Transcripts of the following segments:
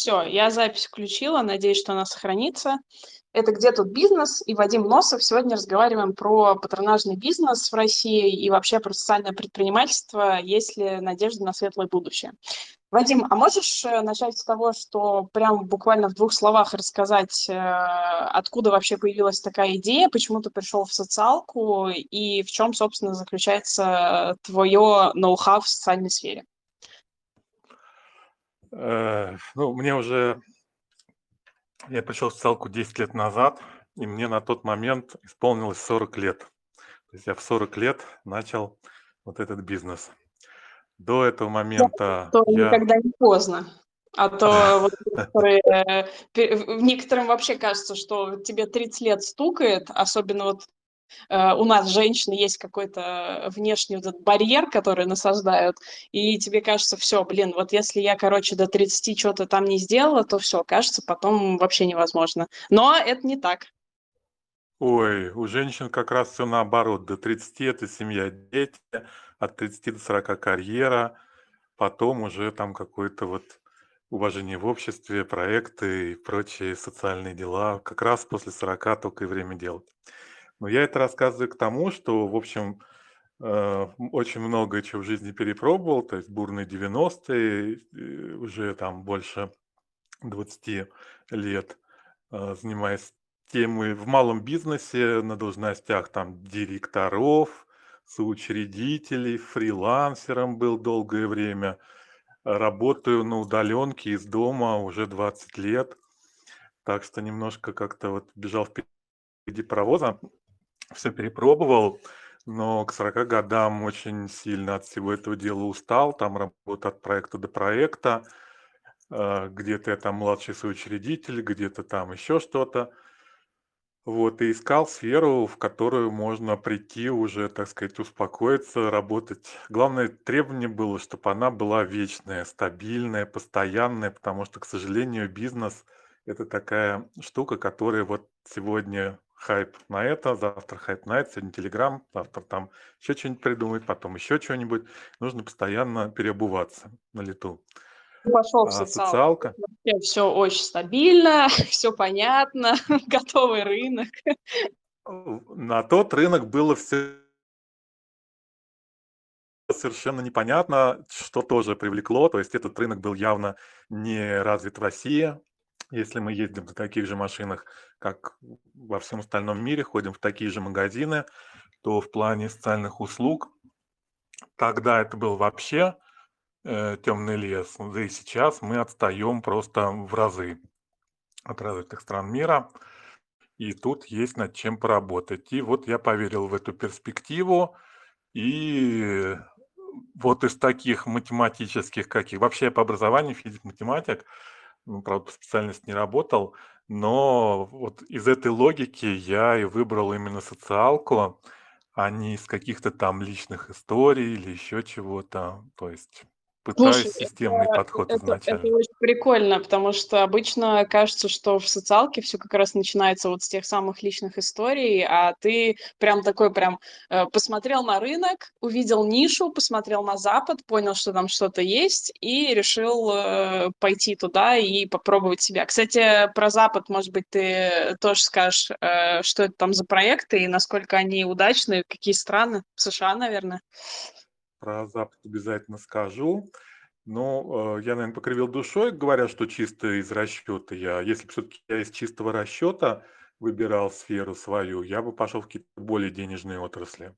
Все, я запись включила, надеюсь, что она сохранится. Это «Где тут бизнес?» и Вадим Носов. Сегодня разговариваем про патронажный бизнес в России и вообще про социальное предпринимательство, есть ли надежда на светлое будущее. Вадим, а можешь начать с того, что прям буквально в двух словах рассказать, откуда вообще появилась такая идея, почему ты пришел в социалку и в чем, собственно, заключается твое ноу-хау в социальной сфере? Мне уже... Я пришел в социалку 10 лет назад, и мне на тот момент исполнилось 40 лет. То есть я в 40 лет начал вот этот бизнес. До этого момента То я... никогда не поздно. А то вот некоторые, некоторым вообще кажется, что тебе 30 лет стукает, особенно вот у нас, женщины, есть какой-то внешний вот этот барьер, который насаждают, и тебе кажется, все, блин, вот если я, короче, до 30 что-то там не сделала, то все, кажется, потом вообще невозможно. Но это не так. Ой, у женщин как раз все наоборот. До 30 это семья, дети, от 30 до 40 карьера, потом уже там какое-то вот уважение в обществе, проекты и прочие социальные дела. Как раз после 40 только и время делать. Но я это рассказываю к тому, что, в общем, очень много чего в жизни перепробовал, то есть бурные 90-е, уже там больше 20 лет, занимаясь темой в малом бизнесе, на должностях там директоров, соучредителей, фрилансером был долгое время. Работаю на удаленке из дома уже 20 лет, так что немножко как-то вот бежал впереди паровоза, все перепробовал, но к 40 годам очень сильно от всего этого дела устал. Там работа от проекта до проекта. Где-то я там младший соучредитель, где-то там еще что-то. Вот, и искал сферу, в которую можно прийти уже, так сказать, успокоиться, работать. Главное требование было, чтобы она была вечная, стабильная, постоянная, потому что, к сожалению, бизнес– это такая штука, которая вот сегодня хайп на это, завтра хайп на это, сегодня Телеграм, завтра там еще что-нибудь придумать, потом еще что-нибудь. Нужно постоянно переобуваться на лету. Пошел в А социалку. социалка, Все очень стабильно, все понятно, готовый рынок. на тот рынок было все совершенно непонятно, что тоже привлекло. То есть этот рынок был явно не развит в России. Если мы ездим на таких же машинах, как во всем остальном мире, ходим в такие же магазины, то в плане социальных услуг тогда это был вообще темный лес. Да и сейчас мы отстаем просто в разы от развитых стран мира. И тут есть над чем поработать. И вот я поверил в эту перспективу. И вот из таких математических каких... Вообще я по образованию физик-математик, правда, по специальности не работал, но вот из этой логики я и выбрал именно социалку, а не из каких-то там личных историй или еще чего-то. То есть Слушай, пытаюсь системный подход это изначально. очень прикольно, потому что обычно кажется, что в социалке все как раз начинается вот с тех самых личных историй, а ты прям такой прям посмотрел на рынок, увидел нишу, посмотрел на Запад, понял, что там что-то есть, и решил пойти туда и попробовать себя. Кстати, про Запад, может быть, ты тоже скажешь, что это там за проекты и насколько они удачны, какие страны? США, наверное. Про Запад обязательно скажу. Но я, наверное, покривил душой, говоря, что чисто из расчета я. Если бы все-таки я из чистого расчета выбирал сферу свою, я бы пошел в какие-то более денежные отрасли.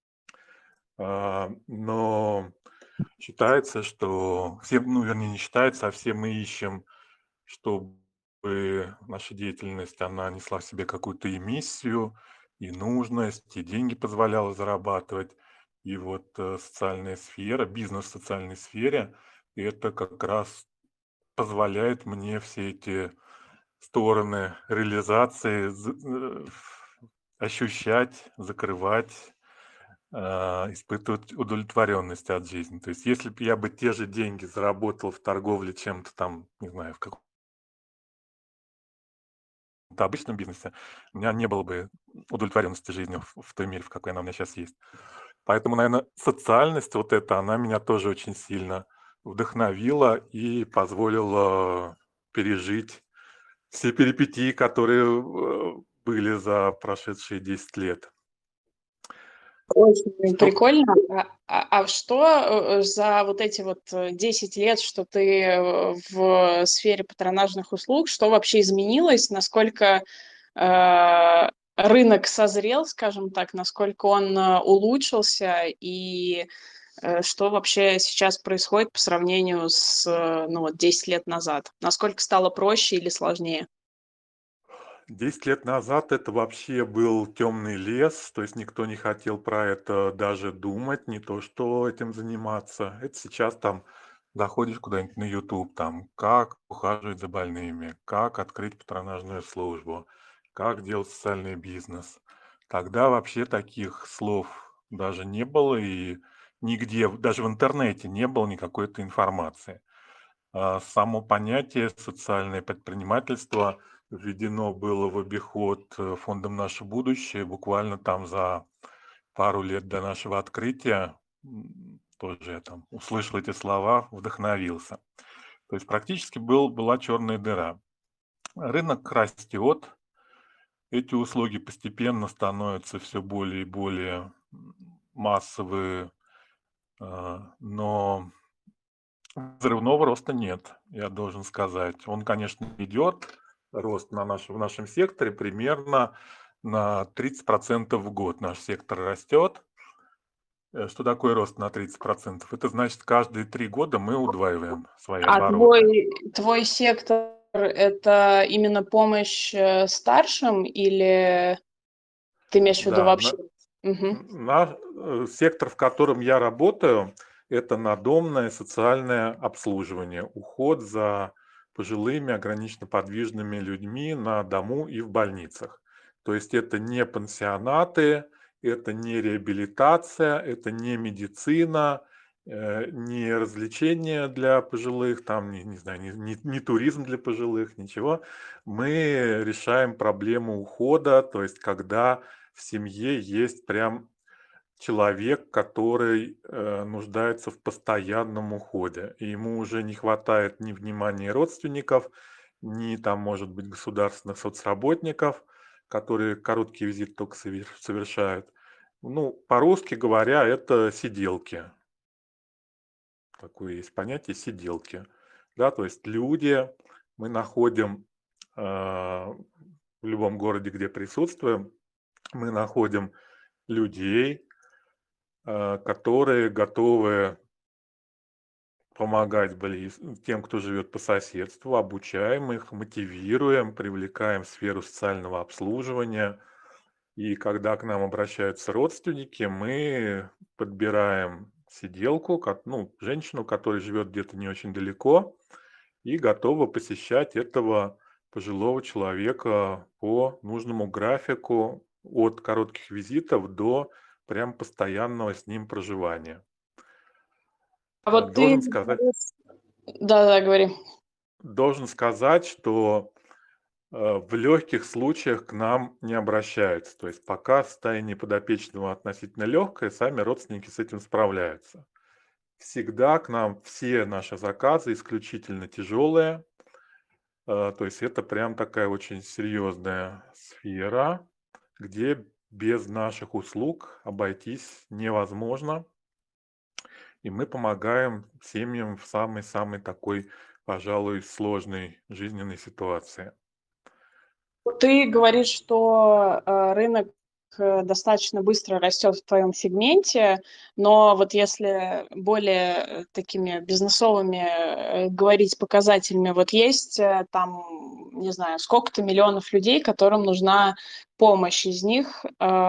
Но считается, что все, ну, вернее, не считается, а все мы ищем, чтобы наша деятельность, она несла в себе какую-то и миссию, и нужность, и деньги позволяла зарабатывать. И вот социальная сфера, бизнес в социальной сфере, это как раз позволяет мне все эти стороны реализации ощущать, закрывать, испытывать удовлетворенность от жизни. То есть если бы я бы те же деньги заработал в торговле чем-то там, не знаю, в каком-то обычном бизнесе, у меня не было бы удовлетворенности жизнью в той мере, в какой она у меня сейчас есть. Поэтому, наверное, социальность вот эта, она меня тоже очень сильно вдохновила и позволила пережить все перипетии, которые были за прошедшие 10 лет. Очень Что прикольно. А что за вот эти вот 10 лет, что ты в сфере патронажных услуг, что вообще изменилось, насколько рынок созрел, скажем так, насколько он улучшился и что вообще сейчас происходит по сравнению с, ну вот, 10 лет назад? Насколько стало проще или сложнее? 10 лет назад это вообще был темный лес, то есть никто не хотел про это даже думать, не то что этим заниматься. Это сейчас там заходишь куда-нибудь на YouTube, там, как ухаживать за больными, как открыть патронажную службу, как делать социальный бизнес. Тогда вообще таких слов даже не было, и нигде, даже в интернете не было никакой этой информации. Само понятие социальное предпринимательство введено было в обиход фондом «Наше будущее» буквально там за пару лет до нашего открытия. Тоже я там услышал эти слова, вдохновился. То есть практически была черная дыра. Рынок растет, эти услуги постепенно становятся все более и более массовые, но взрывного роста нет, я должен сказать. Он, конечно, идет, рост в нашем секторе примерно на 30% в год. Наш сектор растет. Что такое рост на 30%? Это значит, каждые 3 года мы удваиваем свои А обороты. твой сектор — это именно помощь старшим или ты имеешь в виду Да, вообще? Мгм. сектор, в котором я работаю, это надомное социальное обслуживание, уход за пожилыми ограниченно подвижными людьми на дому и в больницах. То есть это не пансионаты, это не реабилитация, это не медицина, не развлечения для пожилых, там, не знаю, не туризм для пожилых, ничего. Мы решаем проблему ухода, то есть когда в семье есть прям человек, который нуждается в постоянном уходе, и ему уже не хватает ни внимания родственников, ни там, может быть, государственных соцработников, которые короткий визит только совершают. Ну, по-русски говоря, это сиделки. Такое есть понятие сиделки. Да, то есть люди мы находим в любом городе, где присутствуем, мы находим людей, которые готовы помогать тем, кто живет по соседству, обучаем их, мотивируем, привлекаем в сферу социального обслуживания. И когда к нам обращаются родственники, мы подбираем сиделку, ну, женщину, которая живет где-то не очень далеко и готова посещать этого пожилого человека по нужному графику от коротких визитов до прям постоянного с ним проживания. А вот ты Должен сказать, говоришь... Да-да, говори. должен сказать, что в легких случаях к нам не обращаются. То есть пока состояние подопечного относительно легкое, сами родственники с этим справляются. Всегда к нам все наши заказы исключительно тяжелые. То есть это прям такая очень серьезная сфера, где без наших услуг обойтись невозможно. И мы помогаем семьям в самой-самой такой, пожалуй, сложной жизненной ситуации. Ты говоришь, что рынок достаточно быстро растет в твоем сегменте, но вот если более такими бизнесовыми говорить показателями, вот есть там, не знаю, сколько-то миллионов людей, которым нужна помощь. Из них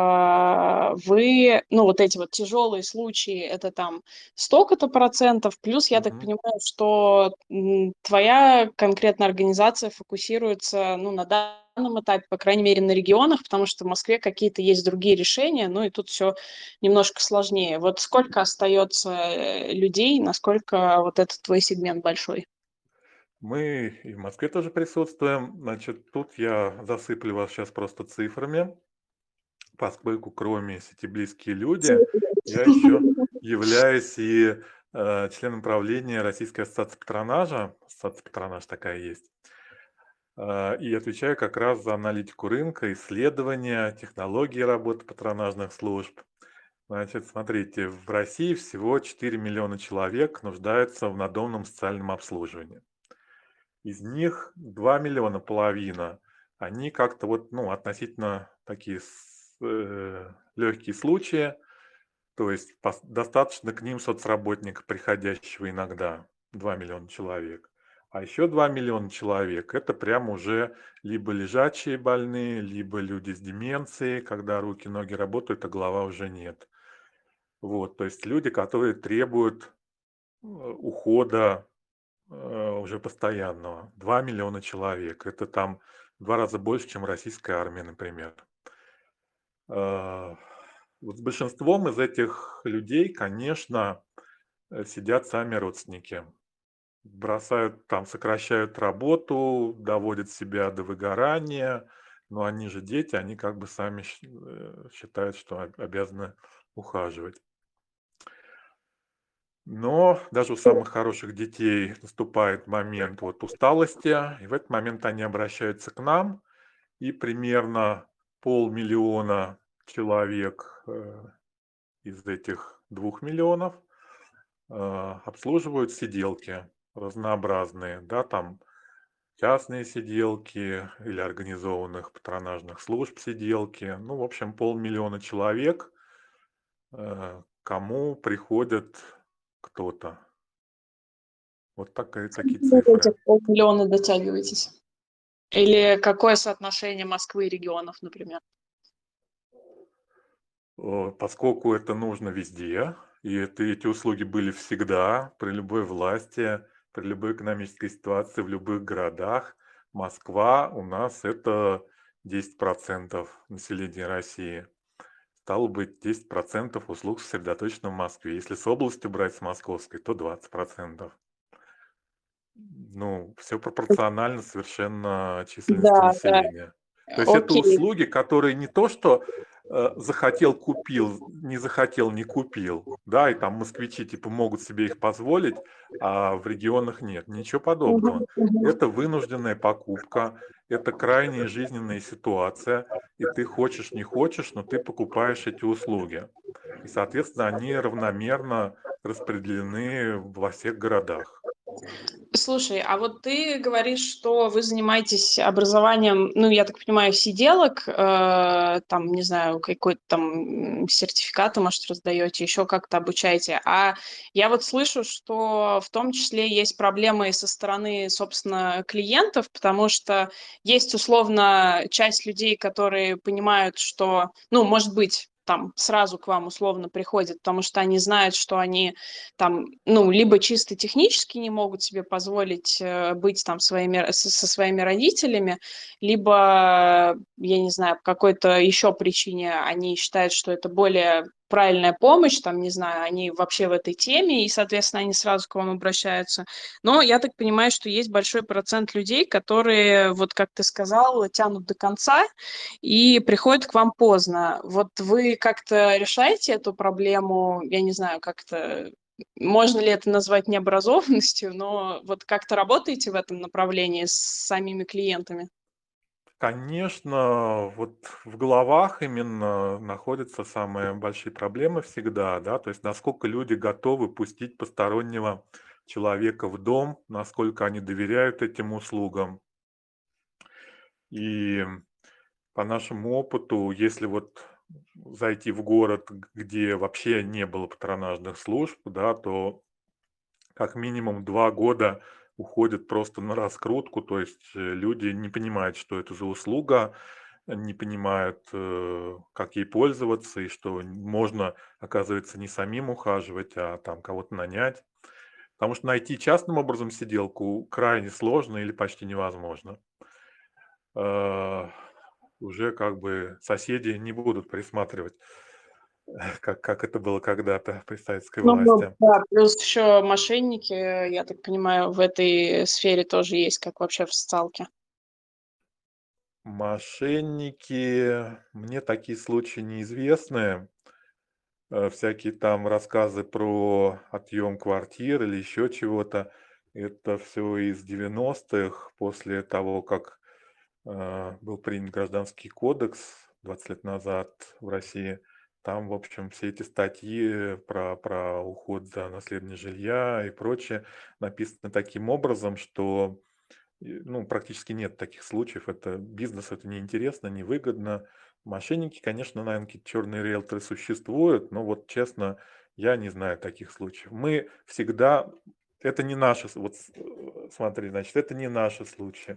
вы, ну вот эти вот тяжелые случаи, это там столько-то процентов, плюс я так Мгм. понимаю, что твоя конкретная организация фокусируется, ну, на данном этапе, по крайней мере, на регионах, потому что в Москве какие-то есть другие решения, ну и тут все немножко сложнее. Вот сколько остается людей, насколько вот этот твой сегмент большой? Мы и в Москве тоже присутствуем. Значит, тут я засыплю вас сейчас просто цифрами, поскольку кроме сети «Близкие люди» я еще являюсь и членом правления Российской ассоциации патронажа. Ассоциация патронаж такая есть. И отвечаю как раз за аналитику рынка, исследования, технологии работы патронажных служб. Значит, смотрите, в России всего 4 миллиона человек нуждаются в надомном социальном обслуживании. Из них 2 миллиона, половина, они как-то вот, ну, относительно такие легкие случаи, то есть достаточно к ним соцработника, приходящего иногда, 2 миллиона человек. А еще 2 миллиона человек – это прям уже либо лежачие больные, либо люди с деменцией, когда руки, ноги работают, а голова уже нет. Вот, то есть люди, которые требуют ухода уже постоянного. 2 миллиона человек. Это там в 2 раза больше, чем российская армия, например. Вот с большинством из этих людей, конечно, сидят сами родственники. Бросают там, сокращают работу, доводят себя до выгорания, но они же дети, они как бы сами считают, что обязаны ухаживать. Но даже у самых хороших детей наступает момент вот усталости, и в этот момент они обращаются к нам, и примерно 500 000 человек из этих 2 миллионов обслуживают сиделки разнообразные, да, там частные сиделки или организованных патронажных служб сиделки. Ну, в общем, 500 000 человек, кому приходит кто-то. Вот такие Вы до этих цифры. полмиллиона дотягиваетесь? Или какое соотношение Москвы и регионов, например? Поскольку это нужно везде, и эти услуги были всегда, при любой власти, при любой экономической ситуации, в любых городах, Москва у нас это 10% населения России. Стало быть, 10% услуг сосредоточено в Москве. Если с областью брать, с московской, то 20%. Ну, все пропорционально совершенно численности Да, да. населения. То есть это Окей. услуги, которые не то, что захотел, купил, не захотел, не купил, да, и там москвичи типа могут себе их позволить, а в регионах нет. Ничего подобного. Мгм, мгм. Это вынужденная покупка, это крайняя жизненная ситуация, и ты хочешь, не хочешь, но ты покупаешь эти услуги. И, соответственно, они равномерно распределены во всех городах. Слушай, а вот ты говоришь, что вы занимаетесь образованием, ну, я так понимаю, сиделок, там, не знаю, какой-то там сертификаты, может, раздаете, еще как-то обучаете. А я вот слышу, что в том числе есть проблемы и со стороны, собственно, клиентов, потому что есть условно часть людей, которые понимают, что, ну, может быть, там сразу к вам условно приходят, потому что они знают, что они там, ну, либо чисто технически не могут себе позволить быть там со своими родителями, либо, я не знаю, по какой-то еще причине они считают, что это более правильная помощь, там, не знаю, они вообще в этой теме, и, соответственно, они сразу к вам обращаются. Но я так понимаю, что есть большой процент людей, которые, вот как ты сказал, тянут до конца и приходят к вам поздно. Вот вы как-то решаете эту проблему, я не знаю, как-то можно ли это назвать необразованностью, но вот как-то работаете в этом направлении с самими клиентами? Конечно, вот в головах именно находятся самые большие проблемы всегда, да, то есть насколько люди готовы пустить постороннего человека в дом, насколько они доверяют этим услугам. И по нашему опыту, если вот зайти в город, где вообще не было патронажных служб, да, то как минимум 2 года уходит просто на раскрутку, то есть люди не понимают, что это за услуга, не понимают, как ей пользоваться, и что можно, оказывается, не самим ухаживать, а там кого-то нанять. Потому что найти частным образом сиделку крайне сложно или почти невозможно. Э, Уже как бы соседи не будут присматривать, как это было когда-то при советской Ну власти. да, плюс еще мошенники, я так понимаю, в этой сфере тоже есть, как вообще в социалке. Мошенники, мне такие случаи неизвестны. всякие там рассказы про отъем квартир или еще чего-то. Это все из 90-х, после того, как был принят Гражданский кодекс 20 лет назад в России. Там, в общем, все эти статьи про уход за наследование жилья и прочее написаны таким образом, что ну, практически нет таких случаев. Это бизнес, это неинтересно, невыгодно. Мошенники, конечно, наверное, какие-то черные риэлторы существуют, но вот честно, я не знаю таких случаев. Мы всегда, это не наши, вот смотри, значит, это не наши случаи.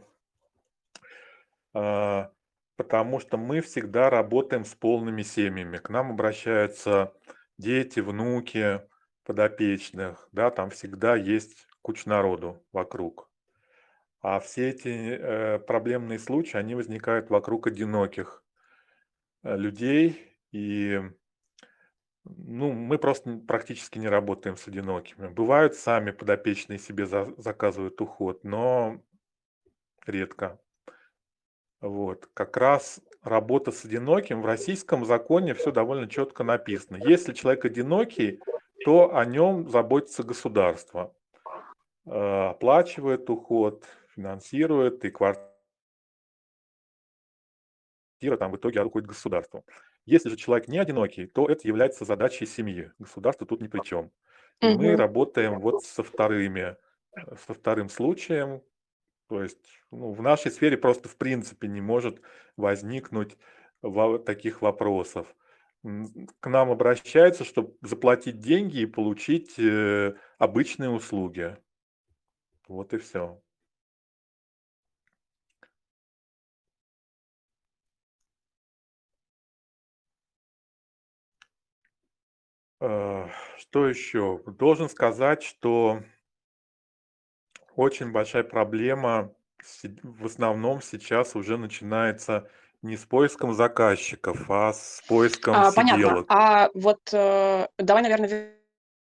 А, Потому что мы всегда работаем с полными семьями. К нам обращаются дети, внуки подопечных, да, там всегда есть куча народу вокруг. А все эти проблемные случаи, они возникают вокруг одиноких людей, и ну, мы просто практически не работаем с одинокими. Бывают сами подопечные себе заказывают уход, но редко. Вот. Как раз работа с одиноким в российском законе все довольно четко написано. Если человек одинокий, то о нем заботится государство. Оплачивает уход, финансирует, и квартира там в итоге уходит государству. Если же человек не одинокий, то это является задачей семьи. Государство тут ни при чем. И мы Мгм. работаем вот со вторым случаем. То есть ну, в нашей сфере просто в принципе не может возникнуть таких вопросов. К нам обращаются, чтобы заплатить деньги и получить обычные услуги. Вот и все. Что еще? Должен сказать, что очень большая проблема в основном сейчас уже начинается не с поиском заказчиков, а с поиском Понятно. сиделок. А вот давай, наверное,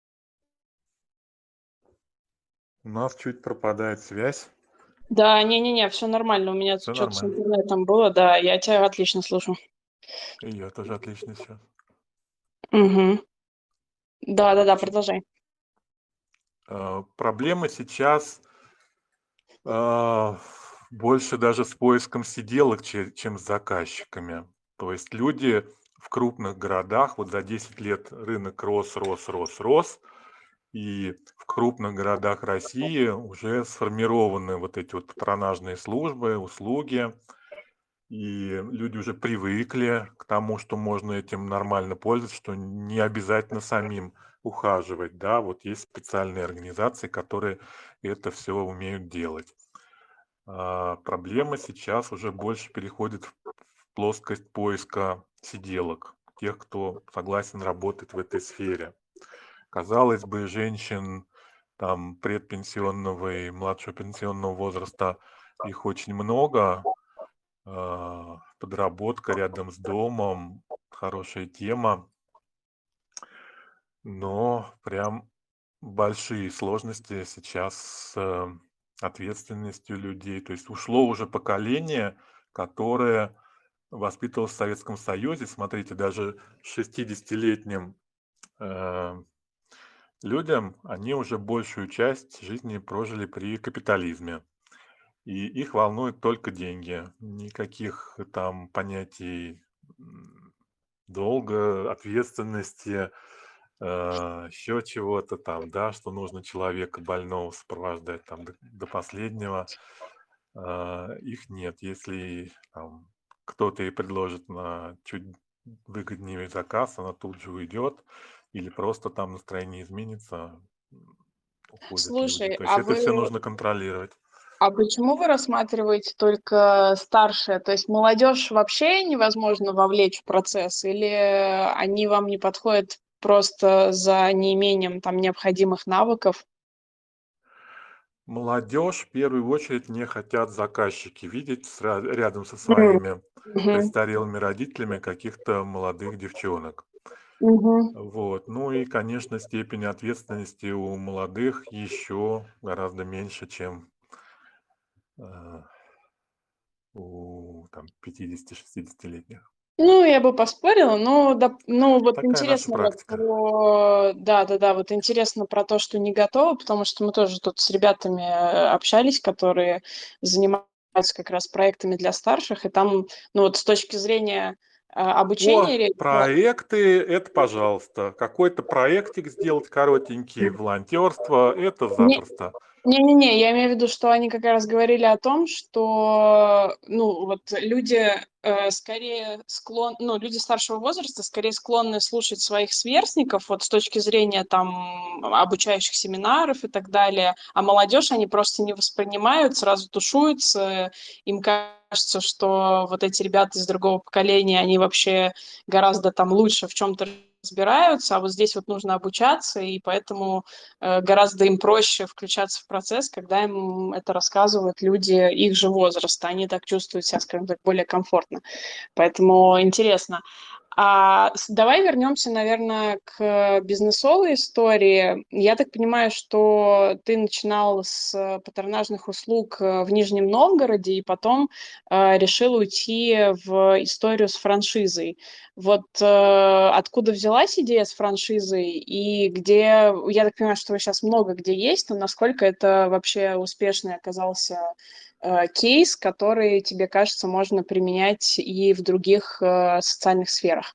У нас чуть пропадает связь. да, не-не-не, все нормально. У меня тут Все что-то с нормально. интернетом было, да, я тебя отлично слышу. И я тоже отлично сейчас. Мгм. Да-да-да, Чи- продолжай. Проблема сейчас а, больше даже с поиском сиделок, чем с заказчиками. То есть люди в крупных городах, вот за 10 лет рынок рос, и в крупных городах России уже сформированы вот эти вот патронажные службы, услуги, и люди уже привыкли к тому, что можно этим нормально пользоваться, что не обязательно самим ухаживать, да, вот есть специальные организации, которые это все умеют делать. Проблема сейчас уже больше переходит в плоскость поиска сиделок, тех, кто согласен работать в этой сфере. Казалось бы, женщин там предпенсионного и младшего пенсионного возраста, их очень много. Подработка рядом с домом, хорошая тема, но прям большие сложности сейчас с ответственностью людей. То есть ушло уже поколение, которое воспитывалось в Советском Союзе. Смотрите, даже 60-летним людям, они уже большую часть жизни прожили при капитализме. И их волнуют только деньги. Никаких там понятий долга, ответственности, еще чего-то там, да, что нужно человека больного сопровождать там до последнего. Их нет. Если там, кто-то ей предложит на чуть выгоднее заказ, она тут же уйдет. Или просто там настроение изменится, уходят люди. Слушай, То есть это все нужно контролировать. а почему вы рассматриваете только старшее? То есть молодежь вообще невозможно вовлечь в процесс, или они вам не подходят просто за неимением там необходимых навыков? Молодежь в первую очередь не хотят заказчики видеть рядом со М, своими мгм, престарелыми родителями каких-то молодых девчонок. мгм. Вот. Ну и, конечно, степень ответственности у молодых еще гораздо меньше, чем у там, 50-60-летних. Ну, я бы поспорила, но ну, вот Такая наша интересно вот практика. да-да-да, вот интересно про то, что не готовы, потому что мы тоже тут с ребятами общались, которые занимаются как раз проектами для старших, и там, ну, вот с точки зрения О, обучения проекты, это пожалуйста. Какой-то проектик сделать коротенький, волонтерство, это не, запросто. Не-не-не, я имею в виду, что они как раз говорили о том, что, ну, вот люди скорее ну, люди старшего возраста скорее склонны слушать своих сверстников, вот с точки зрения там обучающих семинаров и так далее, а молодежь они просто не воспринимают, сразу тушуются, им кажется, что вот эти ребята из другого поколения, они вообще гораздо там лучше в чем-то разбираются, а вот здесь вот нужно обучаться, и поэтому гораздо им проще включаться в процесс, когда им это рассказывают люди их же возраста. Они так чувствуют себя, скажем так, более комфортно. Поэтому интересно. Давай вернемся, наверное, к бизнесовой истории. Я так понимаю, что ты начинал с патронажных услуг в Нижнем Новгороде и потом решил уйти в историю с франшизой. Вот откуда взялась идея с франшизой и где, я так понимаю, что сейчас много где есть, но насколько это вообще успешный оказался кейс, который, тебе кажется, можно применять и в других социальных сферах?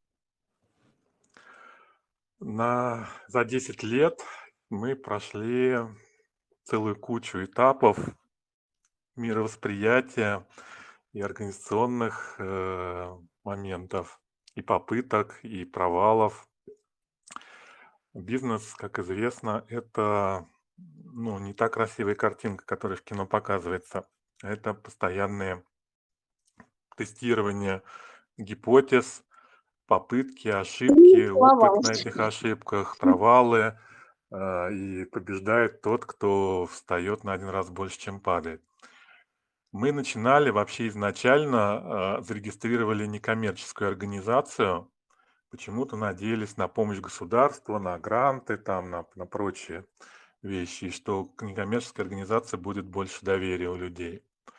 За 10 лет мы прошли целую кучу этапов мировосприятия и организационных моментов, и попыток, и провалов. Бизнес, как известно, это ну, не та красивая картинка, которая в кино показывается. Это постоянные тестирования гипотез, попытки, ошибки, опыт на Целовалась. этих ошибках, провалы. И побеждает тот, кто встает на один раз больше, чем падает. Мы начинали вообще изначально, зарегистрировали некоммерческую организацию, почему-то надеялись на помощь государства, на гранты, там, на прочие вещи, и что к некоммерческой организации будет больше доверия у людей.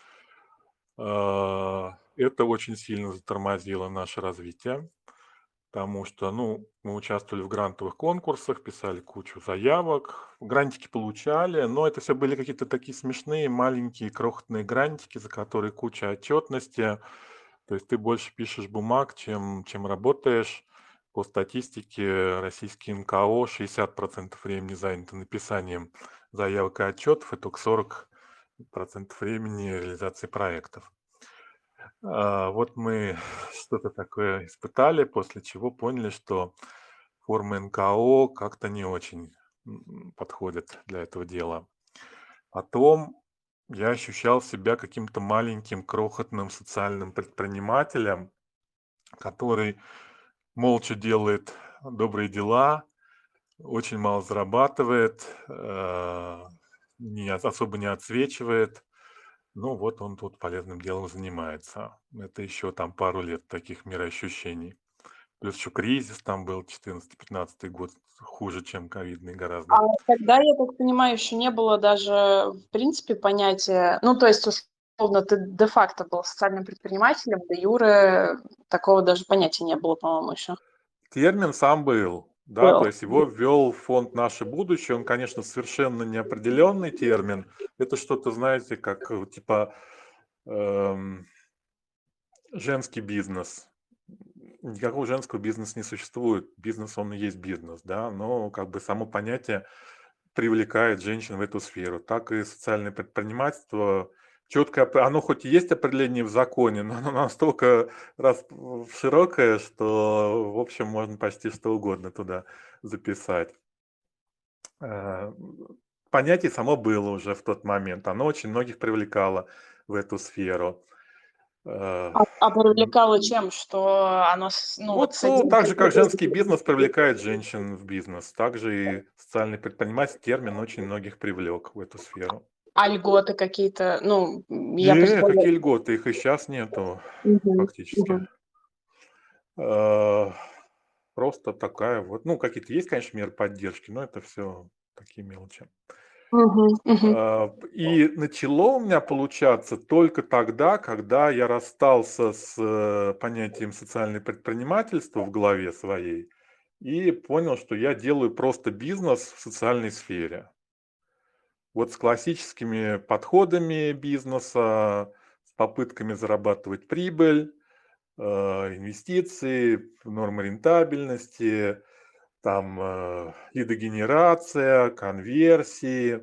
Это очень сильно затормозило наше развитие, потому что, ну, мы участвовали в грантовых конкурсах, писали кучу заявок, грантики получали, но это все были какие-то такие смешные, маленькие, крохотные грантики, за которые куча отчетности. То есть ты больше пишешь бумаг, чем работаешь. По статистике, российский НКО 60% времени занято написанием заявок и отчетов, и только 40% времени реализации проектов. Вот мы что-то такое испытали, после чего поняли, что форма НКО как-то не очень подходит для этого дела. Потом я ощущал себя каким-то маленьким, крохотным социальным предпринимателем, который молча делает добрые дела, очень мало зарабатывает, особо не отсвечивает. Ну, вот он тут полезным делом занимается. Это еще там пару лет таких мироощущений. Плюс еще кризис там был 14-15 год, хуже, чем ковидный А гораздо. тогда, я так понимаю, еще не было даже, в принципе, понятия, ну, то есть, условно, ты де-факто был социальным предпринимателем, де юре такого даже понятия не было, по-моему, еще. Термин сам был, да, то Был. есть его ввел фонд «Наше будущее». Он, конечно, совершенно неопределенный термин. Это что-то, знаете, как типа эм, женский бизнес. Никакого женского бизнеса не существует. Бизнес, он и есть бизнес, да, но как бы само понятие привлекает женщин в эту сферу. Так и социальное предпринимательство четко, оно хоть и есть определение в законе, но оно настолько широкое, что, в общем, можно почти что угодно туда записать. Э, Понятие само было уже в тот момент. Оно очень многих привлекало в эту сферу. Э, А привлекало чем? Что оно, ну, вот Ну, так содержит... же, как женский бизнес привлекает женщин в бизнес, так же и социальный предприниматель термин очень многих привлек в эту сферу. А льготы какие-то, ну, я Какие представляю. льготы? Их и сейчас нету Мгм, фактически. мгм. Э, Просто такая вот, ну, какие-то есть, конечно, меры поддержки, но это все такие мелочи. Мгм, мгм. И начало у меня получаться только тогда, когда я расстался с понятием социальное предпринимательство в голове своей и понял, что я делаю просто бизнес в социальной сфере. Вот с классическими подходами бизнеса, с попытками зарабатывать прибыль, инвестиции, нормы рентабельности, там лидогенерация, конверсии,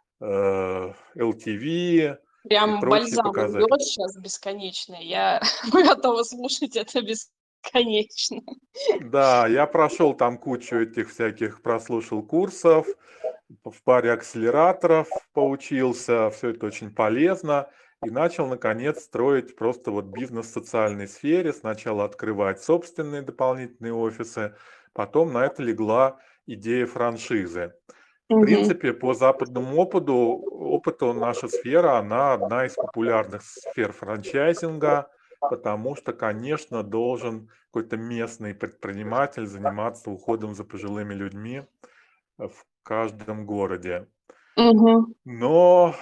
LTV и Прям прочие бальзам показатели. идет сейчас бесконечный. Я готова слушать это бесконечно. Да, я прошел там кучу этих всяких, прослушал курсов, в паре акселераторов поучился, все это очень полезно. И начал, наконец, строить просто вот бизнес в социальной сфере. Сначала открывать собственные дополнительные офисы, потом на это легла идея франшизы. В Мгм. принципе, по западному опыту наша сфера, она одна из популярных сфер франчайзинга, потому что, конечно, должен какой-то местный предприниматель заниматься уходом за пожилыми людьми в каждом городе. Мгм. Но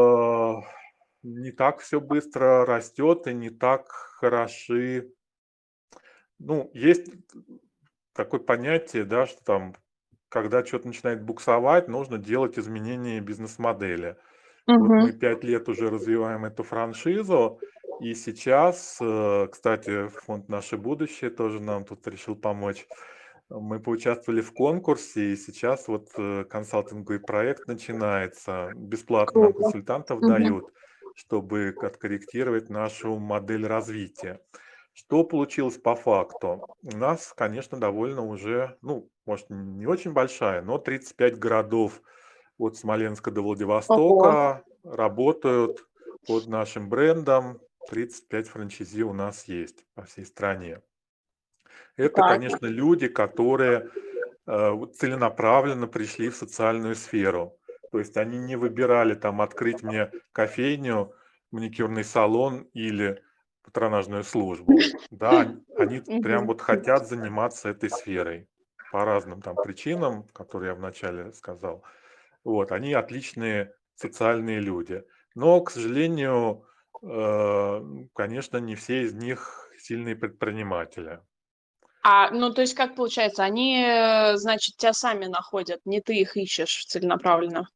не так все быстро растет и не так хороши. Ну, есть такое понятие, да, что там, когда что-то начинает буксовать, нужно делать изменения бизнес-модели. Вот Мгм. мы 5 лет уже развиваем эту франшизу, и сейчас, кстати, фонд «Наше будущее» тоже нам тут решил помочь. Мы поучаствовали в конкурсе, и сейчас вот консалтинговый проект начинается. Бесплатно нам Круто. консультантов Мгм. дают, чтобы откорректировать нашу модель развития. Что получилось по факту? У нас, конечно, довольно уже, ну, может, не очень большая, но 35 городов от Смоленска до Ого. Владивостока работают под нашим брендом. 35 франчайзи у нас есть по всей стране. Это, Так. конечно, люди, которые вот целенаправленно пришли в социальную сферу. То есть они не выбирали там открыть мне кофейню, маникюрный салон или патронажную службу. Да, они прям Мгм. вот хотят заниматься этой сферой по разным там причинам, которые я вначале сказал. Вот, они отличные социальные люди. Но, к сожалению, конечно, не все из них сильные предприниматели. Ну, то есть как получается, они, значит, тебя сами находят, не ты их ищешь целенаправленно?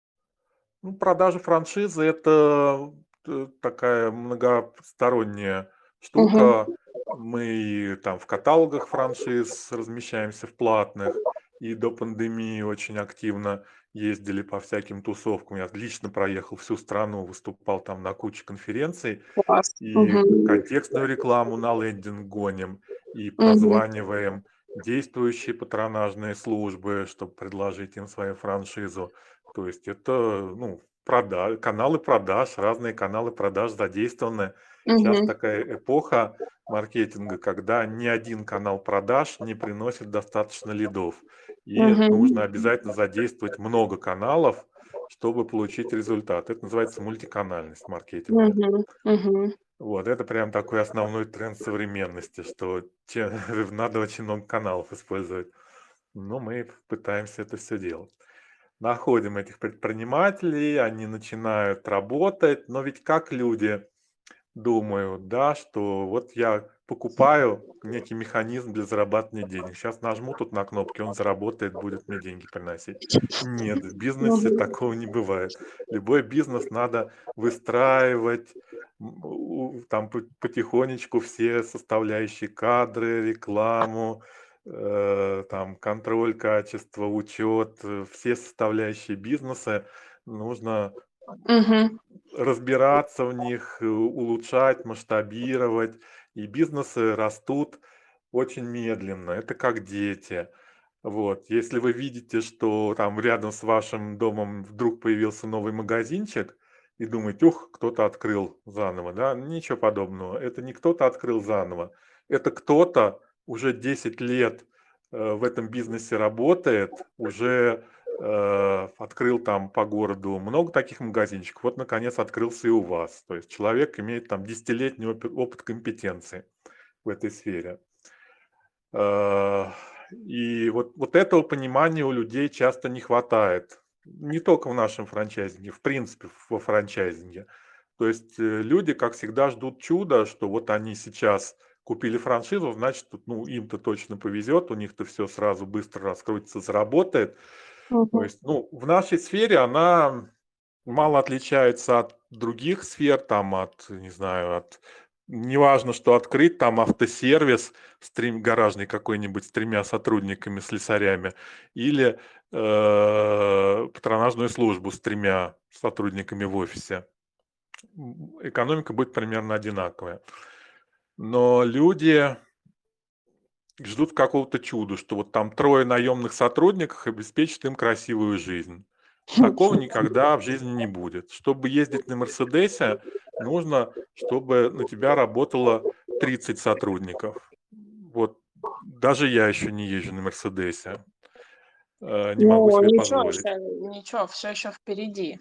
Ну, продажа франшизы — это такая многосторонняя Мгм. штука. Мы и там в каталогах франшиз размещаемся в платных, и до пандемии очень активно ездили по всяким тусовкам. Я лично проехал всю страну, выступал там на куче конференций, Класс. и Мгм. контекстную рекламу на лендинг гоним, и Мгм. прозваниваем действующие патронажные службы, чтобы предложить им свою франшизу. То есть это, ну, каналы продаж, разные каналы продаж задействованы. Сейчас Мгм. такая эпоха маркетинга, когда ни один канал продаж не приносит достаточно лидов. И нужно Мгм. обязательно задействовать много каналов, чтобы получить результат. Это называется мультиканальность маркетинга. Мгм. Мгм. Вот, это прям такой основной тренд современности, что надо очень много каналов использовать. Но мы пытаемся это все делать. Находим этих предпринимателей, они начинают работать, но ведь как люди думают, да, что вот я покупаю некий механизм для зарабатывания денег. Сейчас нажму тут на кнопки, он заработает, будет мне деньги приносить. Нет, в бизнесе Мгм. такого не бывает. Любой бизнес надо выстраивать, там потихонечку все составляющие кадры, рекламу, там контроль качества, учет, все составляющие бизнеса нужно Мгм. разбираться в них, улучшать, масштабировать. И бизнесы растут очень медленно. Это как дети. Вот. Если вы видите, что там рядом с вашим домом вдруг появился новый магазинчик, и думаете, ух, кто-то открыл заново, да? Ничего подобного. Это не кто-то открыл заново. Это кто-то уже 10 лет в этом бизнесе работает, уже открыл там по городу много таких магазинчиков, вот наконец открылся и у вас. То есть человек имеет там десятилетний опыт компетенции в этой сфере. Э, И вот этого понимания у людей часто не хватает. не только в нашем франчайзинге, в принципе, во франчайзинге. То есть люди, как всегда, ждут чуда, что вот они сейчас купили франшизу, значит, ну, им-то точно повезет, у них-то все сразу быстро раскрутится, заработает. То Мгм. есть, ну, в нашей сфере она мало отличается от других сфер, там, от, не знаю, от... Неважно, что открыть, там автосервис гаражный какой-нибудь с 3 сотрудниками, слесарями, или патронажную службу с 3 сотрудниками в офисе. Экономика будет примерно одинаковая. Но люди ждут какого-то чуда, что вот там 3 наемных сотрудников обеспечат им красивую жизнь. Такого никогда в жизни не будет. Чтобы ездить на Мерседесе, нужно, чтобы на тебя работало 30 сотрудников. Вот даже я еще не езжу на Мерседесе. Не могу Ну, себе ничего, позволить. ничего, все еще впереди.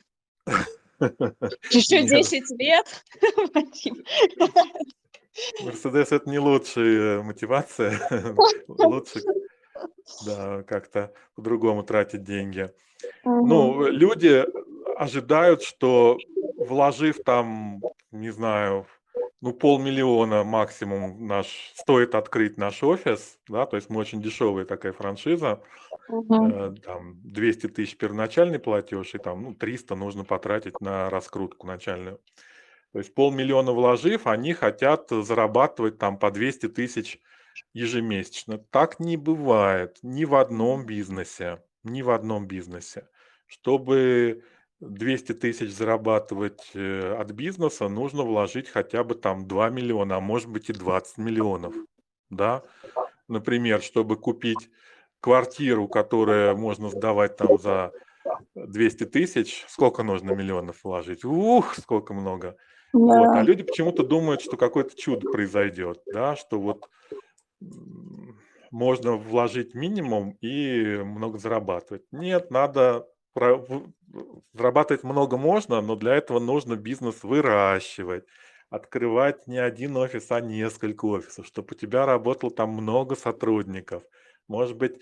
Еще Нет, 10 лет, Вадим. Мерседес это не лучшая мотивация. Лучше, да, как-то по-другому тратить деньги. Мгм. Ну, люди ожидают, что вложив там, не знаю, ну, 500 000 максимум стоит открыть наш офис, да, то есть мы очень дешевая такая франшиза, Мгм. там 200 тысяч первоначальный платеж, и там, ну, 300 нужно потратить на раскрутку начальную. То есть 500 000 вложив, они хотят зарабатывать там по 200 тысяч ежемесячно. Так не бывает ни в одном бизнесе, ни в одном бизнесе. Чтобы 200 тысяч зарабатывать от бизнеса, нужно вложить хотя бы там 2 миллиона, а может быть и 20 миллионов. Да? Например, чтобы купить квартиру, которую можно сдавать там за 200 тысяч, сколько нужно миллионов вложить? Ух, сколько много. Вот. А Да. люди почему-то думают, что какое-то чудо произойдет, да, что вот можно вложить минимум и много зарабатывать. Нет, надо зарабатывать много можно, но для этого нужно бизнес выращивать, открывать не один офис, а несколько офисов, чтобы у тебя работало там много сотрудников. Может быть,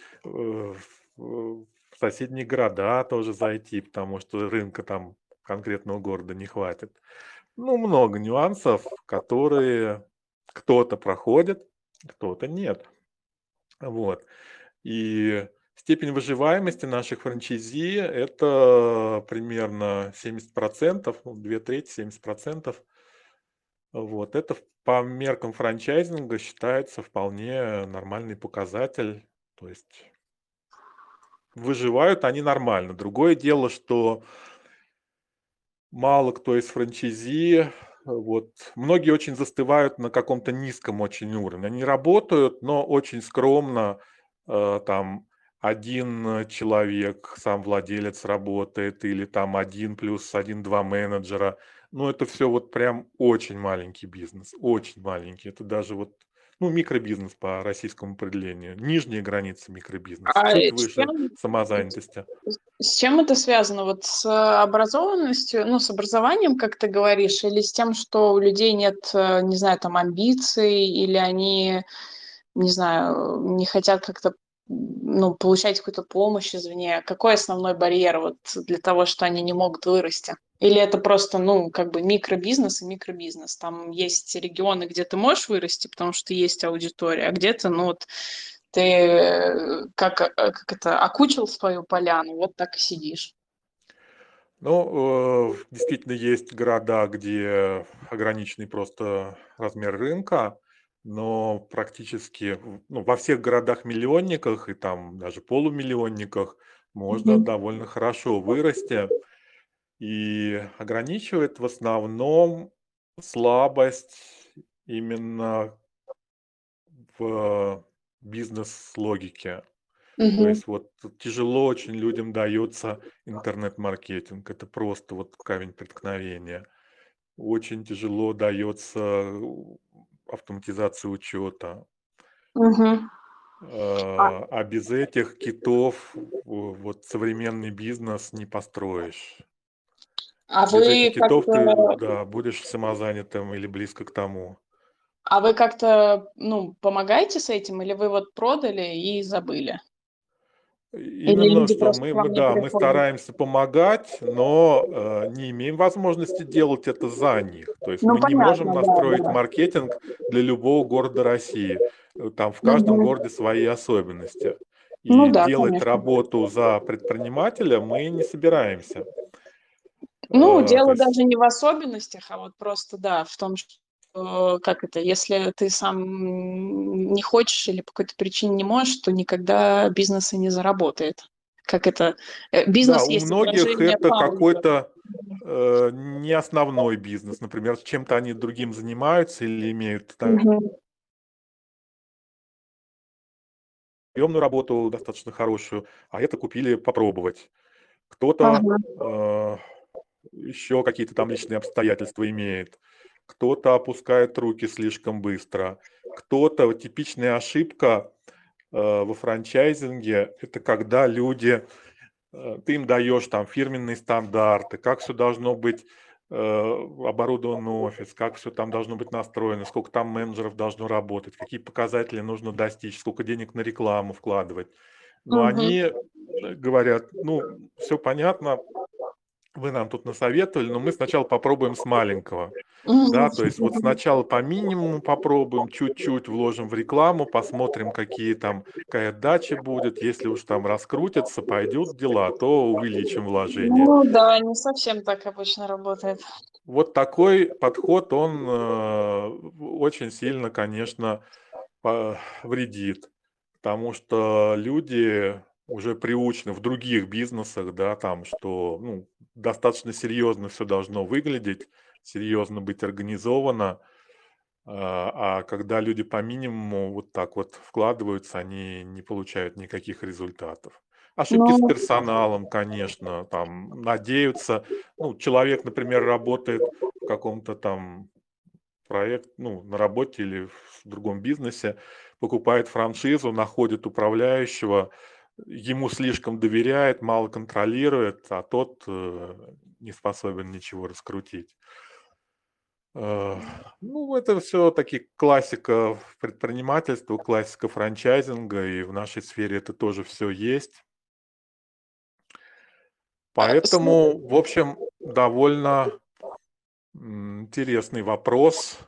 в соседние города тоже зайти, потому что рынка там конкретного города не хватит. Ну, много нюансов, которые кто-то проходит, кто-то нет. Вот. И степень выживаемости наших франчайзи – это примерно 70%, ну, 2 трети, 70%. Вот. Это по меркам франчайзинга считается вполне нормальный показатель. То есть выживают они нормально. Другое дело, что мало кто из франчайзи, вот, многие очень застывают на каком-то низком очень уровне. Они работают, но очень скромно, там один человек, сам владелец работает, или там 1+1, 2 менеджера. Ну, это все вот прям очень маленький бизнес, очень маленький. Это даже вот, ну, микробизнес по российскому определению. Нижняя граница микробизнеса, А чуть с выше чем, самозанятости. с чем это связано? Вот с образованностью, ну, с образованием, как ты говоришь, или с тем, что у людей нет, не знаю, там, амбиций, или они, не знаю, не хотят как-то, ну, получать какую-то помощь извне? Какой основной барьер вот для того, что они не могут вырасти? Или это просто, ну, как бы микробизнес и микробизнес? Там есть регионы, где ты можешь вырасти, потому что есть аудитория, а где-то, ну, вот ты как это, окучил свою поляну, вот так и сидишь. Ну, действительно, есть города, где ограниченный просто размер рынка, но практически ну, во всех городах-миллионниках и там даже полумиллионниках можно Мгм. довольно хорошо вырасти. И ограничивает в основном слабость именно в бизнес-логике. То Мгм. есть вот тяжело очень людям дается интернет-маркетинг. Это просто вот камень преткновения. Очень тяжело дается автоматизация учета. Мгм. А, А без этих китов вот современный бизнес не построишь. а Без этих вы китов как-то, ты, да, будешь самозанятым или близко к тому. а вы как-то, ну, помогаете с этим, или вы вот продали и забыли? Или Именно, люди что просто к мы, вам не да, мы приходят? стараемся помогать, но не имеем возможности делать это за них. То есть Ну, мы не можем понятно, да, настроить да. маркетинг для любого города России. Там в каждом Мгм. городе свои особенности. Ну И да, делать конечно. работу за предпринимателя мы не собираемся. Ну, То дело есть, даже не в особенностях, а вот просто, да, в том, что, как это, если ты сам не хочешь или по какой-то причине не можешь, то никогда бизнес и не заработает. Как это? да, Бизнес у есть многих отражение это паблика. какой-то не основной бизнес. Например, чем-то они другим занимаются или имеют Мгм. приемную работу достаточно хорошую, а это купили попробовать. Кто-то Ага. еще какие-то там личные обстоятельства имеет, кто-то опускает руки слишком быстро, кто-то, вот типичная ошибка во франчайзинге, это когда люди, ты им даешь там фирменные стандарты, как все должно быть оборудован офис, как все там должно быть настроено, сколько там менеджеров должно работать, какие показатели нужно достичь, сколько денег на рекламу вкладывать. Но Мгм. они говорят, ну, все понятно, вы нам тут насоветовали, но мы сначала попробуем с маленького. Мгм. Да, то есть вот сначала по минимуму попробуем, чуть-чуть вложим в рекламу, посмотрим, какая отдача будет. Если уж там раскрутятся, пойдут дела, то увеличим вложение. Ну да, не совсем так обычно работает. Вот такой подход, он очень сильно, конечно, вредит, потому что люди уже приучены в других бизнесах, да, там, что ну, достаточно серьезно все должно выглядеть, серьезно быть организовано, а когда люди по минимуму вот так вот вкладываются, они не получают никаких результатов. Ошибки с Ну, персоналом, конечно, там надеются, ну, человек, например, работает в каком-то там ну, на работе или в другом бизнесе, покупает франшизу, находит управляющего, ему слишком доверяет, мало контролирует, а тот не способен ничего раскрутить. Э, Ну, это все таки классика предпринимательства, классика франчайзинга, и в нашей сфере это тоже все есть. а, Поэтому, в общем, довольно интересный вопрос.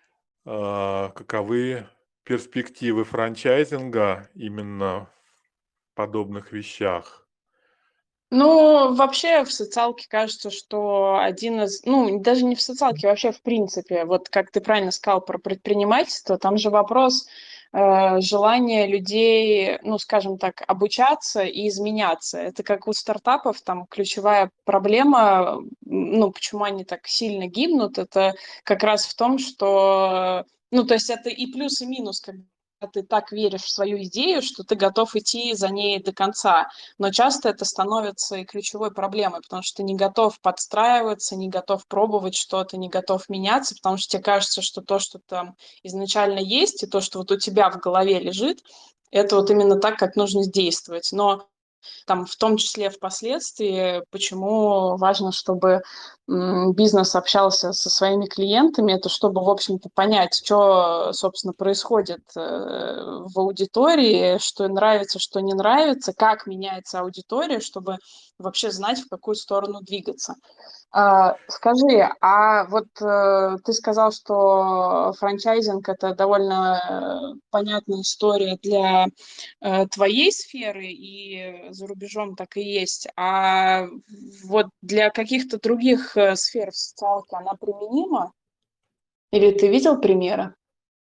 Каковы перспективы франчайзинга именно в подобных вещах? Ну, вообще в социалке кажется, что один из, ну, даже не в социалке, вообще в принципе, вот как ты правильно сказал про предпринимательство, там же вопрос желания людей, ну, скажем так, обучаться и изменяться. Это как у стартапов, там ключевая проблема, ну, почему они так сильно гибнут, это как раз в том, что, ну, то есть это и плюс, и минус, когда ты так веришь в свою идею, что ты готов идти за ней до конца. Но часто это становится и ключевой проблемой, потому что ты не готов подстраиваться, не готов пробовать что-то, не готов меняться, потому что тебе кажется, что то, что там изначально есть, и то, что вот у тебя в голове лежит, это вот именно так, как нужно действовать. Но там, в том числе впоследствии, почему важно, чтобы бизнес общался со своими клиентами, это чтобы, в общем-то, понять, что, собственно, происходит в аудитории, что нравится, что не нравится, как меняется аудитория, чтобы вообще знать, в какую сторону двигаться. Скажи, а вот ты сказал, что франчайзинг это довольно понятная история для твоей сферы, и за рубежом так и есть. А вот для каких-то других сфер в социалке она применима? Или ты видел примеры?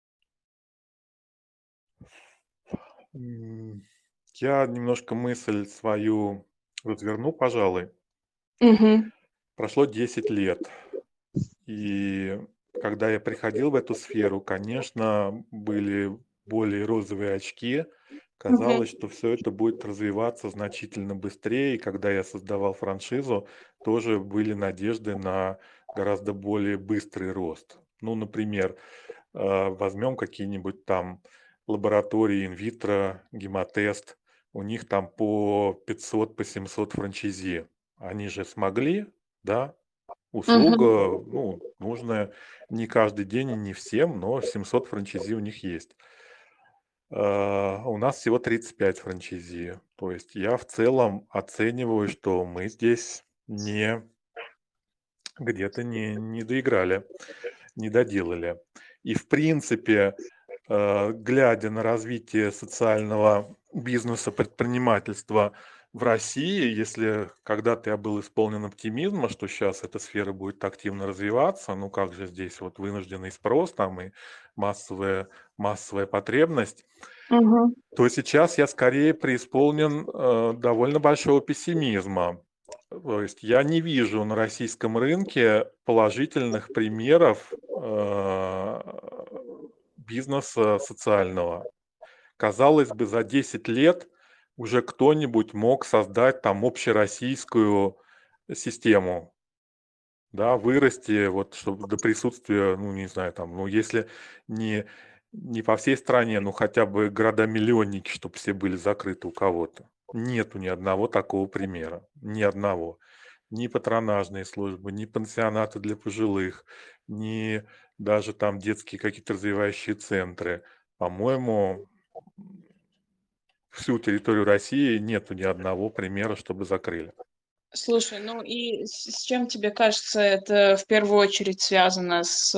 М, Я немножко мысль свою разверну, пожалуй. Угу, Прошло 10 лет, и когда я приходил в эту сферу, конечно, были более розовые очки. угу, Казалось, что все это будет развиваться значительно быстрее. И когда я создавал франшизу, тоже были надежды на гораздо более быстрый рост. Ну, например, возьмем какие-нибудь там лаборатории инвитро, гемотест, у них там по 500, по 700 франчайзи. Они же смогли, да, услуга, угу. ну, нужная не каждый день и не всем, но 700 франчайзи у них есть. У нас всего 35 франчайзи. То есть я в целом оцениваю, что мы здесь где-то не доиграли, не доделали. И в принципе, глядя на развитие социального бизнеса, предпринимательства в России, если когда-то я был исполнен оптимизма, что сейчас эта сфера будет активно развиваться, ну как же здесь вот вынужденный спрос там и массовая потребность, Мгм. то сейчас я скорее преисполнен довольно большого пессимизма. То есть я не вижу на российском рынке положительных примеров бизнеса социального. Казалось бы, за 10 лет уже кто-нибудь мог создать там общероссийскую систему, да, вырасти, вот, чтобы до присутствия, ну, не знаю, там, ну, если не, не по всей стране, ну, хотя бы города-миллионники, чтобы все были закрыты у кого-то. Нету ни одного такого примера, ни одного. Ни патронажные службы, ни пансионаты для пожилых, ни даже там детские какие-то развивающие центры. По-моему, всю территорию России нету ни одного примера, чтобы закрыли. Слушай, ну и с чем тебе кажется, это в первую очередь связано с,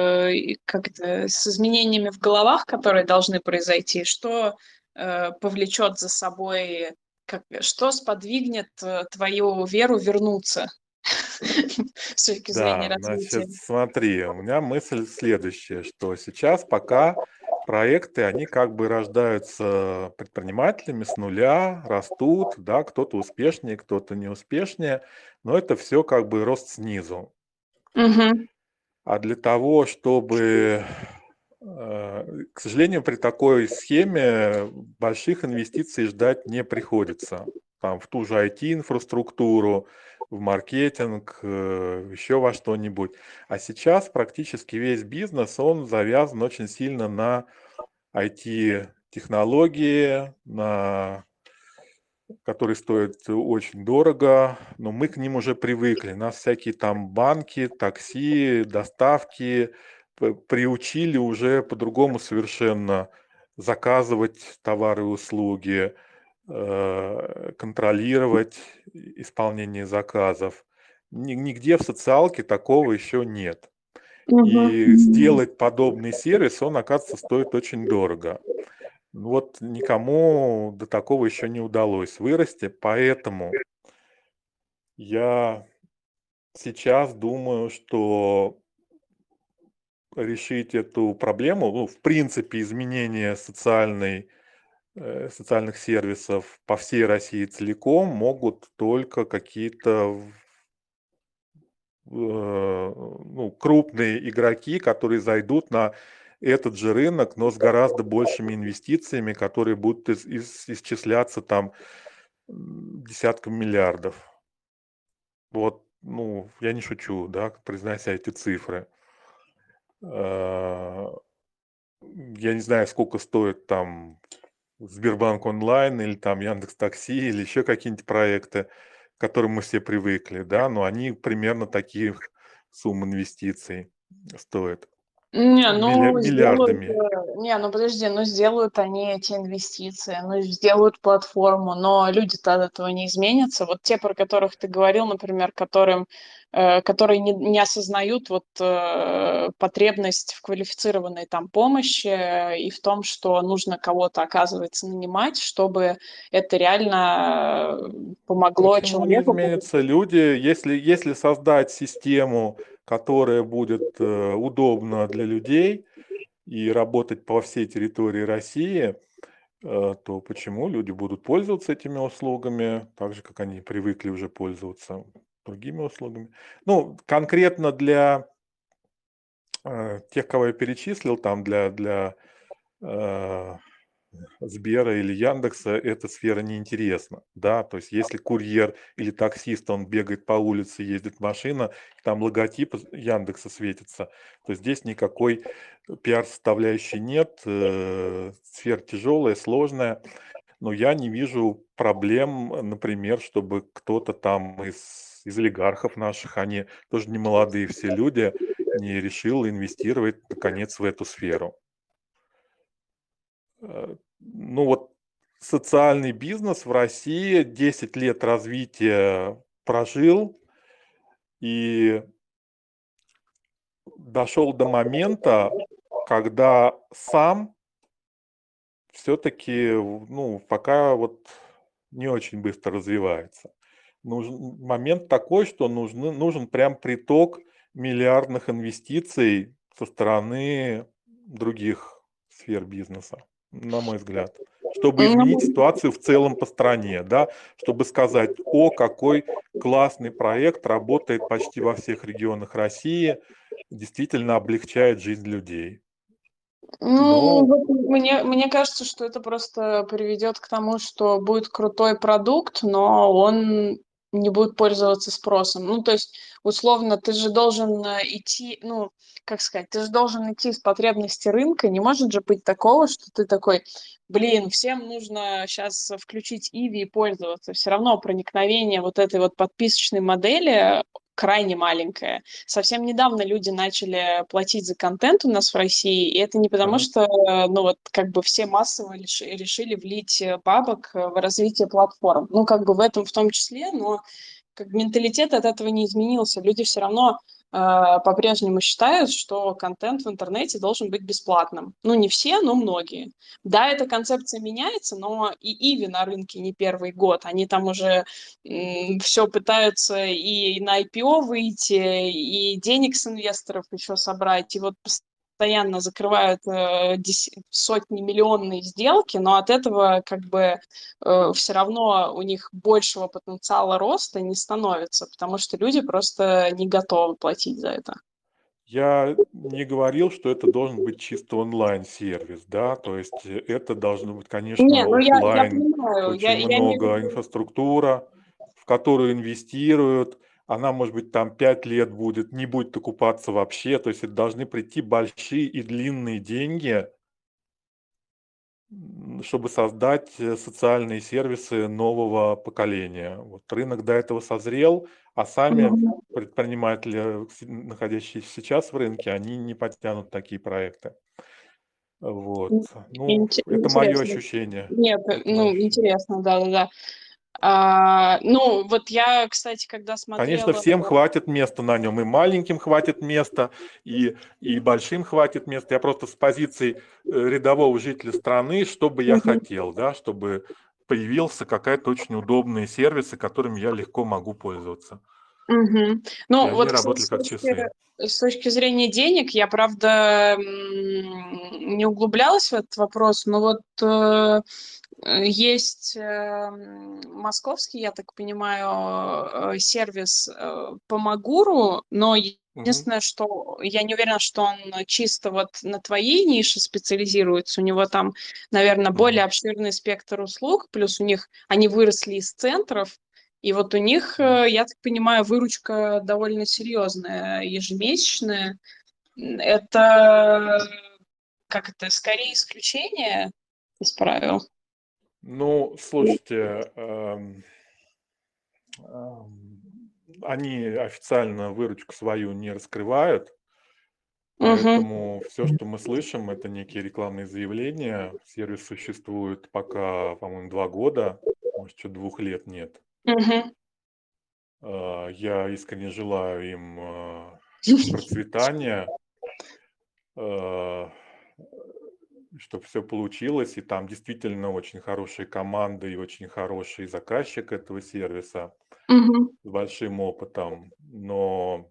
с изменениями в головах, которые должны произойти? Что повлечет за собой, что сподвигнет твою веру вернуться с точки зрения Да, развития? значит, смотри, у меня мысль следующая, что сейчас пока проекты, они как бы рождаются предпринимателями с нуля, растут, да, кто-то успешнее, кто-то не успешнее, но это все как бы рост снизу. Мгм. А для того, чтобы, к сожалению, при такой схеме больших инвестиций ждать не приходится. Там в ту же IT-инфраструктуру, в маркетинг, еще во что-нибудь. А сейчас практически весь бизнес, он завязан очень сильно на IT-технологии, которые стоят очень дорого, но мы к ним уже привыкли. Нас всякие там банки, такси, доставки приучили уже по-другому совершенно заказывать товары и услуги, контролировать исполнение заказов. Нигде в социалке такого еще нет. Мгм. И сделать подобный сервис, он, оказывается, стоит очень дорого. Вот никому до такого еще не удалось вырасти, поэтому я сейчас думаю, что решить эту проблему, ну, в принципе, изменение социальных сервисов по всей России целиком могут только какие-то ну, крупные игроки, которые зайдут на этот же рынок, но с гораздо большими инвестициями, которые будут исчисляться там десятком миллиардов. Вот, ну, я не шучу, да, произнося эти цифры. А, Я не знаю, сколько стоит там Сбербанк онлайн или там Яндекс Такси или еще какие-нибудь проекты, к которым мы все привыкли, да, но они примерно таких сумм инвестиций стоят. Не, ну сделают, Миллиардами. не, ну подожди, ну сделают они эти инвестиции, ну сделают платформу, но люди-то от этого не изменятся. Вот те, про которых ты говорил, например, которые не осознают вот потребность в квалифицированной там помощи и в том, что нужно кого-то, оказывается, нанимать, чтобы это реально помогло Почему не человеку. изменятся люди, если создать систему, которая будет удобна для людей и работать по всей территории России, то почему люди будут пользоваться этими услугами, так же, как они привыкли уже пользоваться другими услугами? Ну, конкретно для тех, кого я перечислил, там для э, Сбера или Яндекса эта сфера неинтересна, да, то есть если курьер или таксист, он бегает по улице, ездит машина, там логотип Яндекса светится, то здесь никакой пиар-составляющей нет, сфера тяжелая, сложная, но я не вижу проблем, например, чтобы кто-то там из олигархов наших, они тоже не молодые все люди, не решил инвестировать, наконец, в эту сферу. Ну вот социальный бизнес в России 10 лет развития прожил и дошел до момента, когда сам все-таки, ну, пока вот не очень быстро развивается. Момент такой, что нужен прям приток миллиардных инвестиций со стороны других сфер бизнеса, на мой взгляд, чтобы изменить Ну, ситуацию в целом по стране, да, чтобы сказать, о, какой классный проект, работает почти во всех регионах России, действительно облегчает жизнь людей. ну, Но вот мне кажется, что это просто приведет к тому, что будет крутой продукт, но он не будет пользоваться спросом. Ну, то есть, условно, ты же должен идти, ну, как сказать, ты же должен идти из потребности рынка. Не может же быть такого, что ты такой, блин, всем нужно сейчас включить Иви и пользоваться. Все равно проникновение вот этой вот подписочной модели крайне маленькое. Совсем недавно люди начали платить за контент у нас в России, и это не потому, ага. что, ну вот, как бы все массово решили влить бабок в развитие платформ. Ну, как бы в этом в том числе, но как бы менталитет от этого не изменился. Люди все равно по-прежнему считают, что контент в интернете должен быть бесплатным. Ну, не все, но многие. Да, эта концепция меняется, но и Иви на рынке не первый год. Они там уже все пытаются и на IPO выйти, и денег с инвесторов еще собрать, и вот постоянно закрывают сотни миллионные сделки, но от этого как бы все равно у них большего потенциала роста не становится, потому что люди просто не готовы платить за это. Я не говорил, что это должен быть чисто онлайн-сервис, да, то есть это должно быть, Не, конечно, ну я оффлайн, понимаю, очень я имею в много виду. инфраструктура, в которую инвестируют, она, может быть, там 5 лет будет, не будет окупаться вообще, то есть это должны прийти большие и длинные деньги, чтобы создать социальные сервисы нового поколения. Вот рынок до этого созрел, а сами Мгм. предприниматели, находящиеся сейчас в рынке, они не подтянут такие проекты. Вот. Ну, это мое Интересно. ощущение. Нет, Это мое ну, ощущение. интересно, да-да-да. Ну, вот я, кстати, когда Конечно, смотрела. всем хватит места на нем, и маленьким хватит места, и большим хватит места. Я просто с позиции рядового жителя страны, что бы я Мгм. хотел, да, чтобы появился какая-то очень удобные сервисы, которыми я легко могу пользоваться. Мгм. И Ну, они вот, кстати, работали как часы. с точки зрения денег, я, правда, не углублялась в этот вопрос, но вот есть московский, я так понимаю, сервис Помогуру, но Мгм. единственное, что я не уверена, что он чисто вот на твоей нише специализируется. У него там, наверное, более Мгм. обширный спектр услуг, плюс у них они выросли из центров, и вот у них, Мгм. я так понимаю, выручка довольно серьезная, ежемесячная. Это, как это, скорее исключение из правил. Ну, слушайте, они официально выручку свою не раскрывают, Мгм. поэтому все, что мы слышим, это некие рекламные заявления. Сервис существует пока, по-моему, 2 года, может, чё 2 лет нет. Мгм. Я искренне желаю им, процветания, чтобы все получилось. И там действительно очень хорошие команды и очень хороший заказчик этого сервиса Мгм. с большим опытом. Но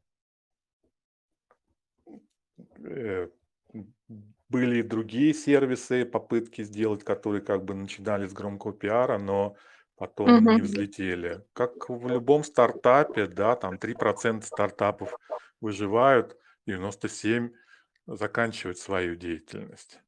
Э, были и другие сервисы, попытки сделать, которые как бы начинали с громкого пиара, но потом не Мгм. взлетели. Как в любом стартапе, да, там 3% стартапов выживают, 97 заканчивают свою деятельность.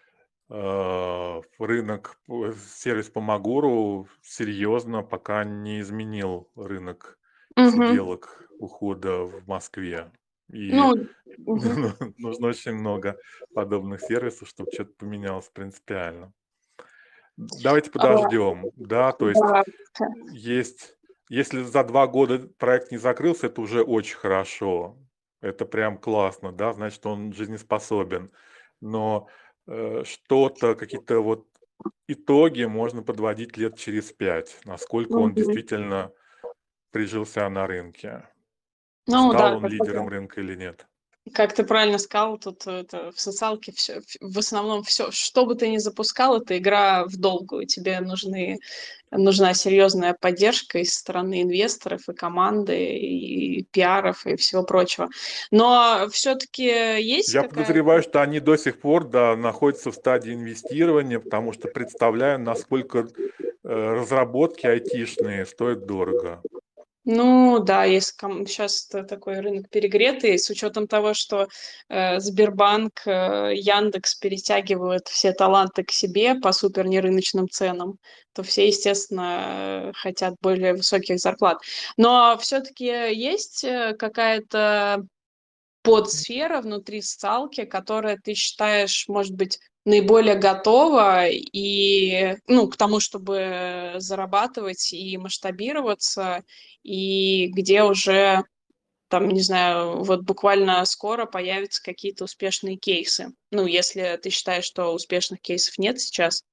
Рынок, сервис по Магуру серьезно пока не изменил рынок Мгм. сиделок ухода в Москве. Ну, И мгм. нужно очень много подобных сервисов, чтобы что-то поменялось принципиально. Давайте А, подождем. Да, то есть да. есть, если за 2 года проект не закрылся, это уже очень хорошо. Это прям классно, да, значит, он жизнеспособен. Но что-то, какие-то вот итоги можно подводить лет через 5, насколько он Мгм. действительно прижился на рынке. Ну Стал да, он лидером рынка или нет. как ты правильно сказал, тут это в социалке все, в основном все, что бы ты ни запускал, это игра в долгую. Тебе нужна серьезная поддержка из стороны инвесторов и команды, и пиаров, и всего прочего. Но все-таки есть Я какая-то... подозреваю, что они до сих пор, да, находятся в стадии инвестирования, потому что представляю, насколько разработки айтишные стоят дорого. Ну да, есть сейчас такой рынок перегретый, с учетом того, что Сбербанк, Яндекс перетягивают все таланты к себе по супер нерыночным ценам, то все, естественно, хотят более высоких зарплат. Но все-таки есть какая-то подсфера внутри социалки, которая ты считаешь, может быть, наиболее готова и, ну, к тому, чтобы зарабатывать и масштабироваться, и где уже, там, не знаю, вот буквально скоро появятся какие-то успешные кейсы. Ну, если ты считаешь, что успешных кейсов нет сейчас.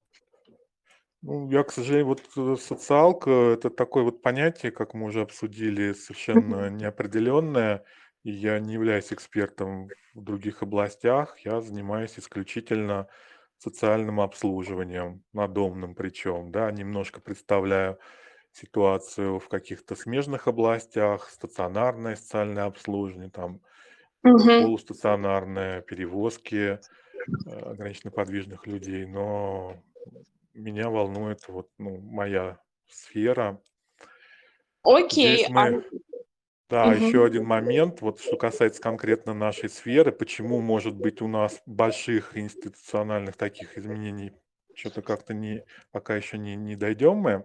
Ну, я, к сожалению, вот социалка– это такое вот понятие, как мы уже обсудили, совершенно неопределенное. И я не являюсь экспертом в других областях. Я занимаюсь исключительно социальным обслуживанием, надомным причем, да, немножко представляю ситуацию в каких-то смежных областях, стационарное социальное обслуживание, там Мгм. полустационарное, перевозки ограниченно подвижных людей, но меня волнует вот, ну, моя сфера. Окей, Здесь мы, да, еще мгм. один момент, вот что касается конкретно нашей сферы, почему, может быть, у нас больших институциональных таких изменений что-то как-то не, пока еще не дойдем мы.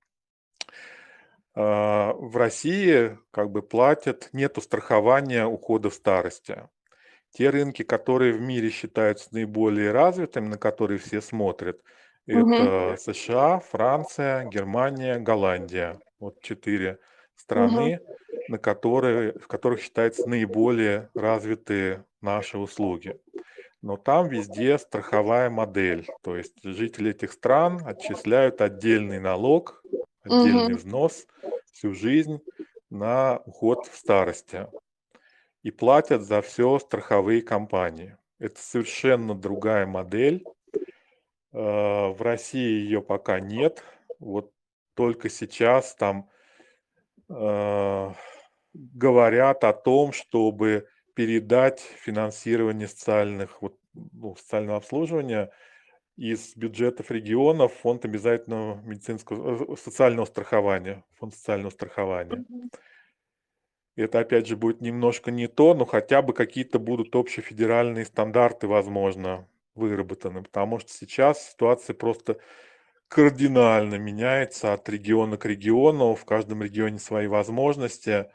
В России как бы платят, нету страхования ухода в старости. Те рынки, которые в мире считаются наиболее развитыми, на которые все смотрят, Мгм. это США, Франция, Германия, Голландия. Вот 4 Мгм. страны, в которых считаются наиболее развитые наши услуги. Но там везде страховая модель. То есть жители этих стран отчисляют отдельный налог, отдельный Мгм. взнос всю жизнь на уход в старости и платят за все страховые компании. Это совершенно другая модель. В России ее пока нет. Вот только сейчас там э, говорят о том, чтобы передать финансирование социальных, вот, ну, социального обслуживания из бюджетов регионов в фонд обязательного медицинского, социального страхования, фонд социального страхования. Это, опять же, будет немножко не то, но хотя бы какие-то будут общефедеральные стандарты, возможно, выработаны, потому что сейчас ситуация просто кардинально меняется от региона к региону, в каждом регионе свои возможности,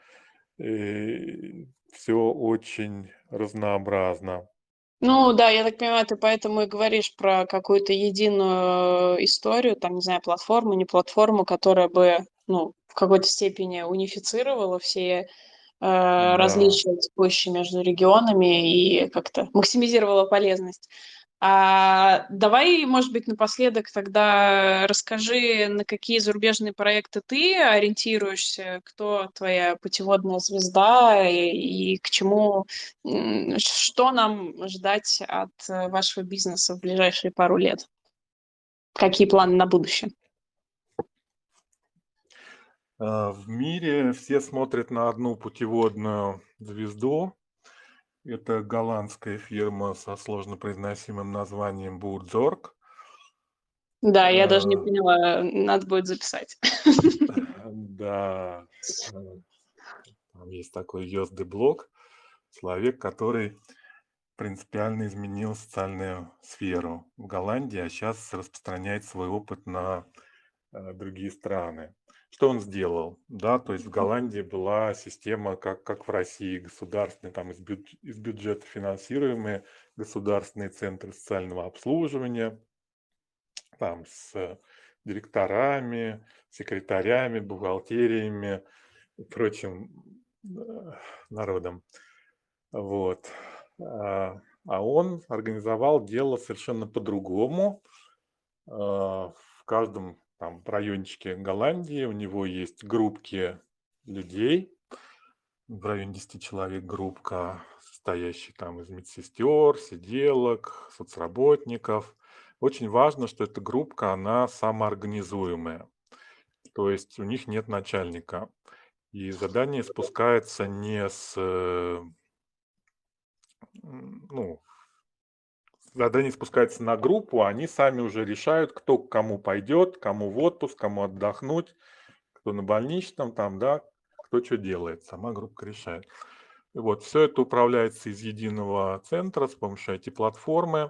все очень разнообразно. Ну да, я так понимаю, ты поэтому и говоришь про какую-то единую историю, там, не знаю, платформу, не платформу, которая бы, ну, в какой-то степени унифицировала все Да. различия текущие между регионами и как-то максимизировала полезность. Давай, может быть, напоследок тогда расскажи, на какие зарубежные проекты ты ориентируешься, кто твоя путеводная звезда и к чему, что нам ждать от вашего бизнеса в ближайшие пару лет? Какие планы на будущее? В мире все смотрят на одну путеводную звезду. Это голландская фирма со сложно произносимым названием Бурдзорг. Да, я даже не Э, поняла, надо будет записать. Да, э, там есть такой Йос де Блок, человек, который принципиально изменил социальную сферу в Голландии, а сейчас распространяет свой опыт на другие страны. Что он сделал? Да, то есть в Голландии была система, как в России, государственные, там из бюджета финансируемые государственные центры социального обслуживания, там с директорами, секретарями, бухгалтериями и прочим народом. Вот. А он организовал дело совершенно по-другому. В каждом там райончике Голландии у него есть группки людей, в районе 10 человек группка, состоящая там из медсестер, сиделок, соцработников. Очень важно, что эта группка, она самоорганизуемая. То есть у них нет начальника. И задание спускается не с... Ну, задание спускается на группу, они сами уже решают, кто к кому пойдет, кому в отпуск, кому отдохнуть, кто на больничном, там, да, кто что делает. Сама группа решает. И вот все это управляется из единого центра с помощью IT-платформы.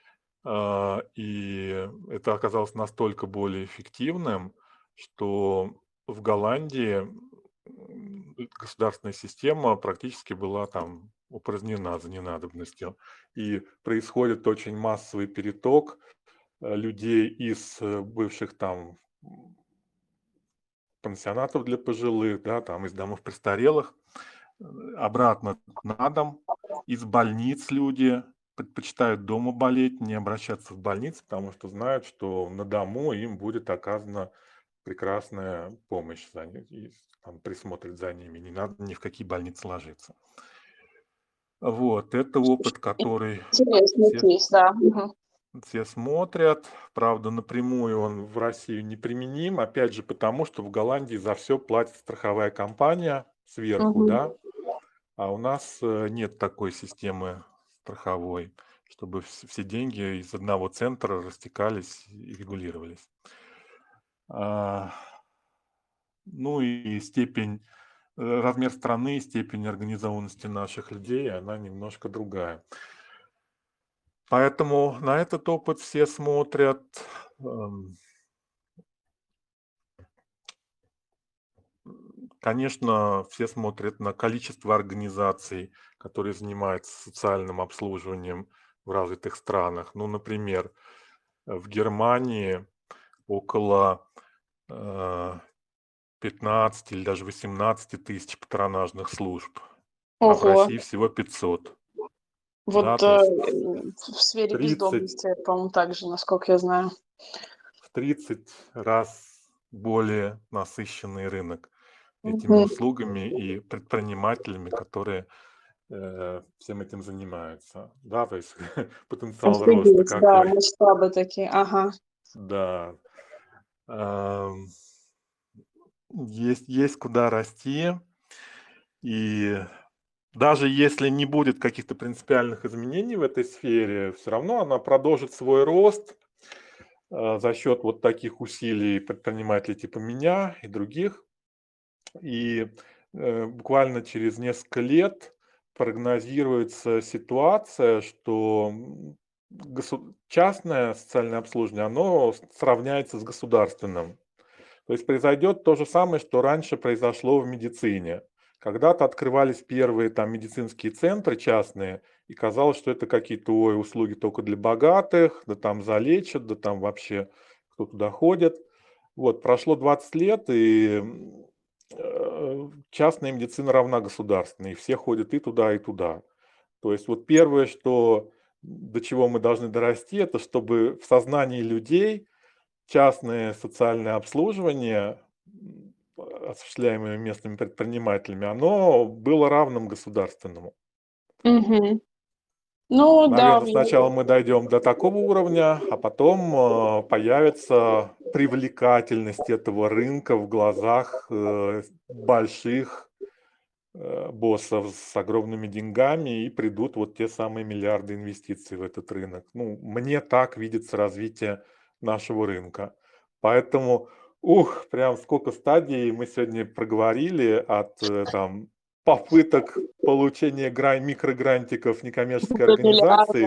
И это оказалось настолько более эффективным, что в Голландии государственная система практически была там упразднена за ненадобностью. И происходит очень массовый переток людей из бывших там пансионатов для пожилых, да, там из домов престарелых, обратно на дом. Из больниц люди предпочитают дома болеть, не обращаться в больницу, потому что знают, что на дому им будет оказана прекрасная помощь, и там присмотрят за ними, не надо ни в какие больницы ложиться. Вот, это опыт, который Интересный все, кейс, да. Мгм. все смотрят. Правда, напрямую он в Россию не применим, опять же, потому что в Голландии за все платит страховая компания сверху, Мгм. да, а у нас нет такой системы страховой, чтобы все деньги из одного центра растекались и регулировались. Ну и размер страны, степень организованности наших людей, она немножко другая. Поэтому на этот опыт все смотрят. Конечно, все смотрят на количество организаций, которые занимаются социальным обслуживанием в развитых странах. Ну, например, в Германии около 15 или даже 18 тысяч патронажных служб, а в Ого. России всего 500. Да, Вот то есть в сфере 30, бездомности, по-моему, также, насколько я знаю. в 30 раз более насыщенный рынок этими Мгм. услугами и предпринимателями, которые всем этим занимаются. Да, то есть потенциал роста Офигеть, да, какой. масштабы такие, ага. Да. Ам, есть куда расти. И даже если не будет каких-то принципиальных изменений в этой сфере, все равно она продолжит свой рост за счет вот таких усилий предпринимателей типа меня и других. И буквально через несколько лет прогнозируется ситуация, что частное социальное обслуживание, оно сравняется с государственным. То есть произойдет то же самое, что раньше произошло в медицине. Когда-то открывались первые там медицинские центры частные, и казалось, что это какие-то услуги только для богатых, да там залечат, да там вообще кто туда ходит. Вот, прошло 20 лет, и частная медицина равна государственной, и все ходят и туда, и туда. То есть вот первое, до чего мы должны дорасти, это чтобы в сознании людей частное социальное обслуживание, осуществляемое местными предпринимателями, оно было равным государственному. Мгм. Ну да, Наверное, сначала мы дойдем до такого уровня, а потом появится привлекательность этого рынка в глазах больших боссов с огромными деньгами, и придут вот те самые миллиарды инвестиций в этот рынок. Ну, мне так видится развитие нашего рынка. Поэтому, прям сколько стадий мы сегодня проговорили от там попыток получения микрогрантиков некоммерческой до организации миллиарда.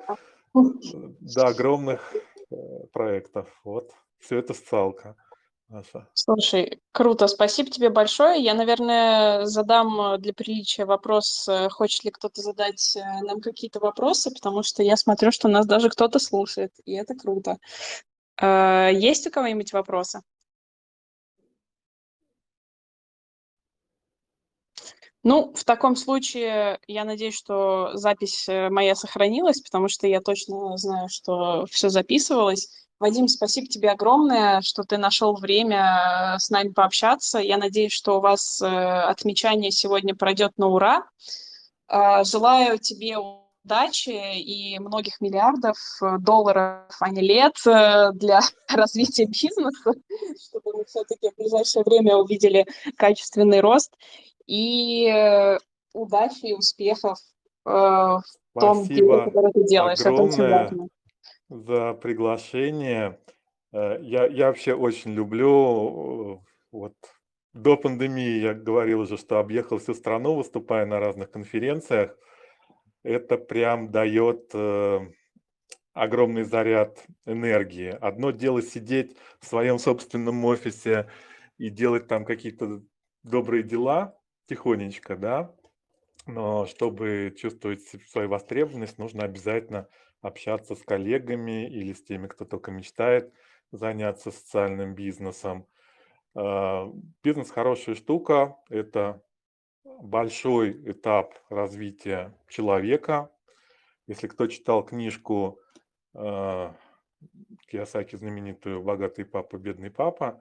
до огромных проектов. Вот, все это социалка наша. Слушай, круто, спасибо тебе большое. Я, наверное, задам для приличия вопрос, хочет ли кто-то задать нам какие-то вопросы, потому что я смотрю, что нас даже кто-то слушает, и это круто. Есть у кого-нибудь вопросы? Ну, в таком случае, я надеюсь, что запись моя сохранилась, потому что я точно знаю, что все записывалось. Вадим, спасибо тебе огромное, что ты нашел время с нами пообщаться. Я надеюсь, что у вас отмечание сегодня пройдет на ура. Желаю тебе удачи и многих миллиардов долларов, а не лет для развития бизнеса, чтобы мы все-таки в ближайшее время увидели качественный рост. И удачи и успехов в том деле, Спасибо которое ты делаешь. Это очень огромное важно. за приглашение. Я вообще очень люблю, вот до пандемии я говорил уже, что объехал всю страну, выступая на разных конференциях. Это прям дает огромный заряд энергии. Одно дело сидеть в своем собственном офисе и делать там какие-то добрые дела тихонечко, да, но чтобы чувствовать свою востребованность, нужно обязательно общаться с коллегами или с теми, кто только мечтает заняться социальным бизнесом. А, Бизнес хорошая штука, это большой этап развития человека. Если кто читал книжку а, Кийосаки, знаменитую «Богатый папа, бедный папа»,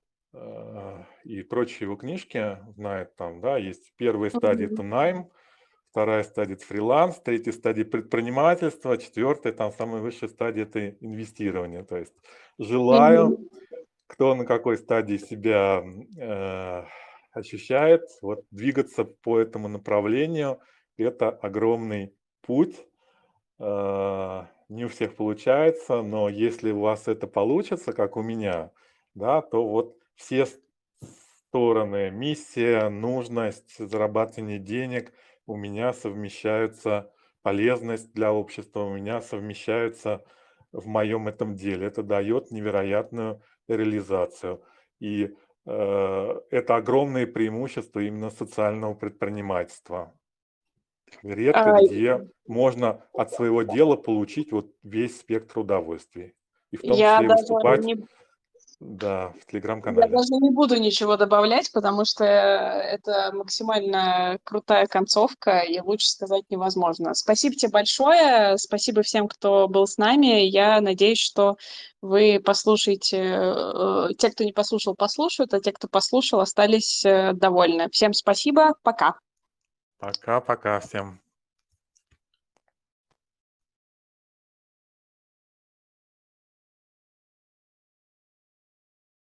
и прочие его книжки, знает там, да, есть первая стадия – это Мгм. найм, вторая стадия – это фриланс, третья стадия – предпринимательство, четвертая, там самая высшая стадия – это инвестирование. То есть желаю, Мгм. кто на какой стадии себя ощущает, вот двигаться по этому направлению. Это огромный путь. Не у всех получается, но если у вас это получится, как у меня, да, то вот все стороны, миссия, нужность, зарабатывание денег у меня совмещаются, полезность для общества у меня совмещаются в моем этом деле. Это дает невероятную реализацию. И это огромное преимущество именно социального предпринимательства. Редко А, где можно от своего дела получить вот весь спектр удовольствий. И в том Я числе и даже выступать, не да, в Я телеграм-канале. даже не буду ничего добавлять, потому что это максимально крутая концовка, и лучше сказать невозможно. Спасибо тебе большое, спасибо всем, кто был с нами. Я надеюсь, что вы послушаете, те, кто не послушал, послушают, а те, кто послушал, остались довольны. Всем спасибо, пока. Пока-пока всем.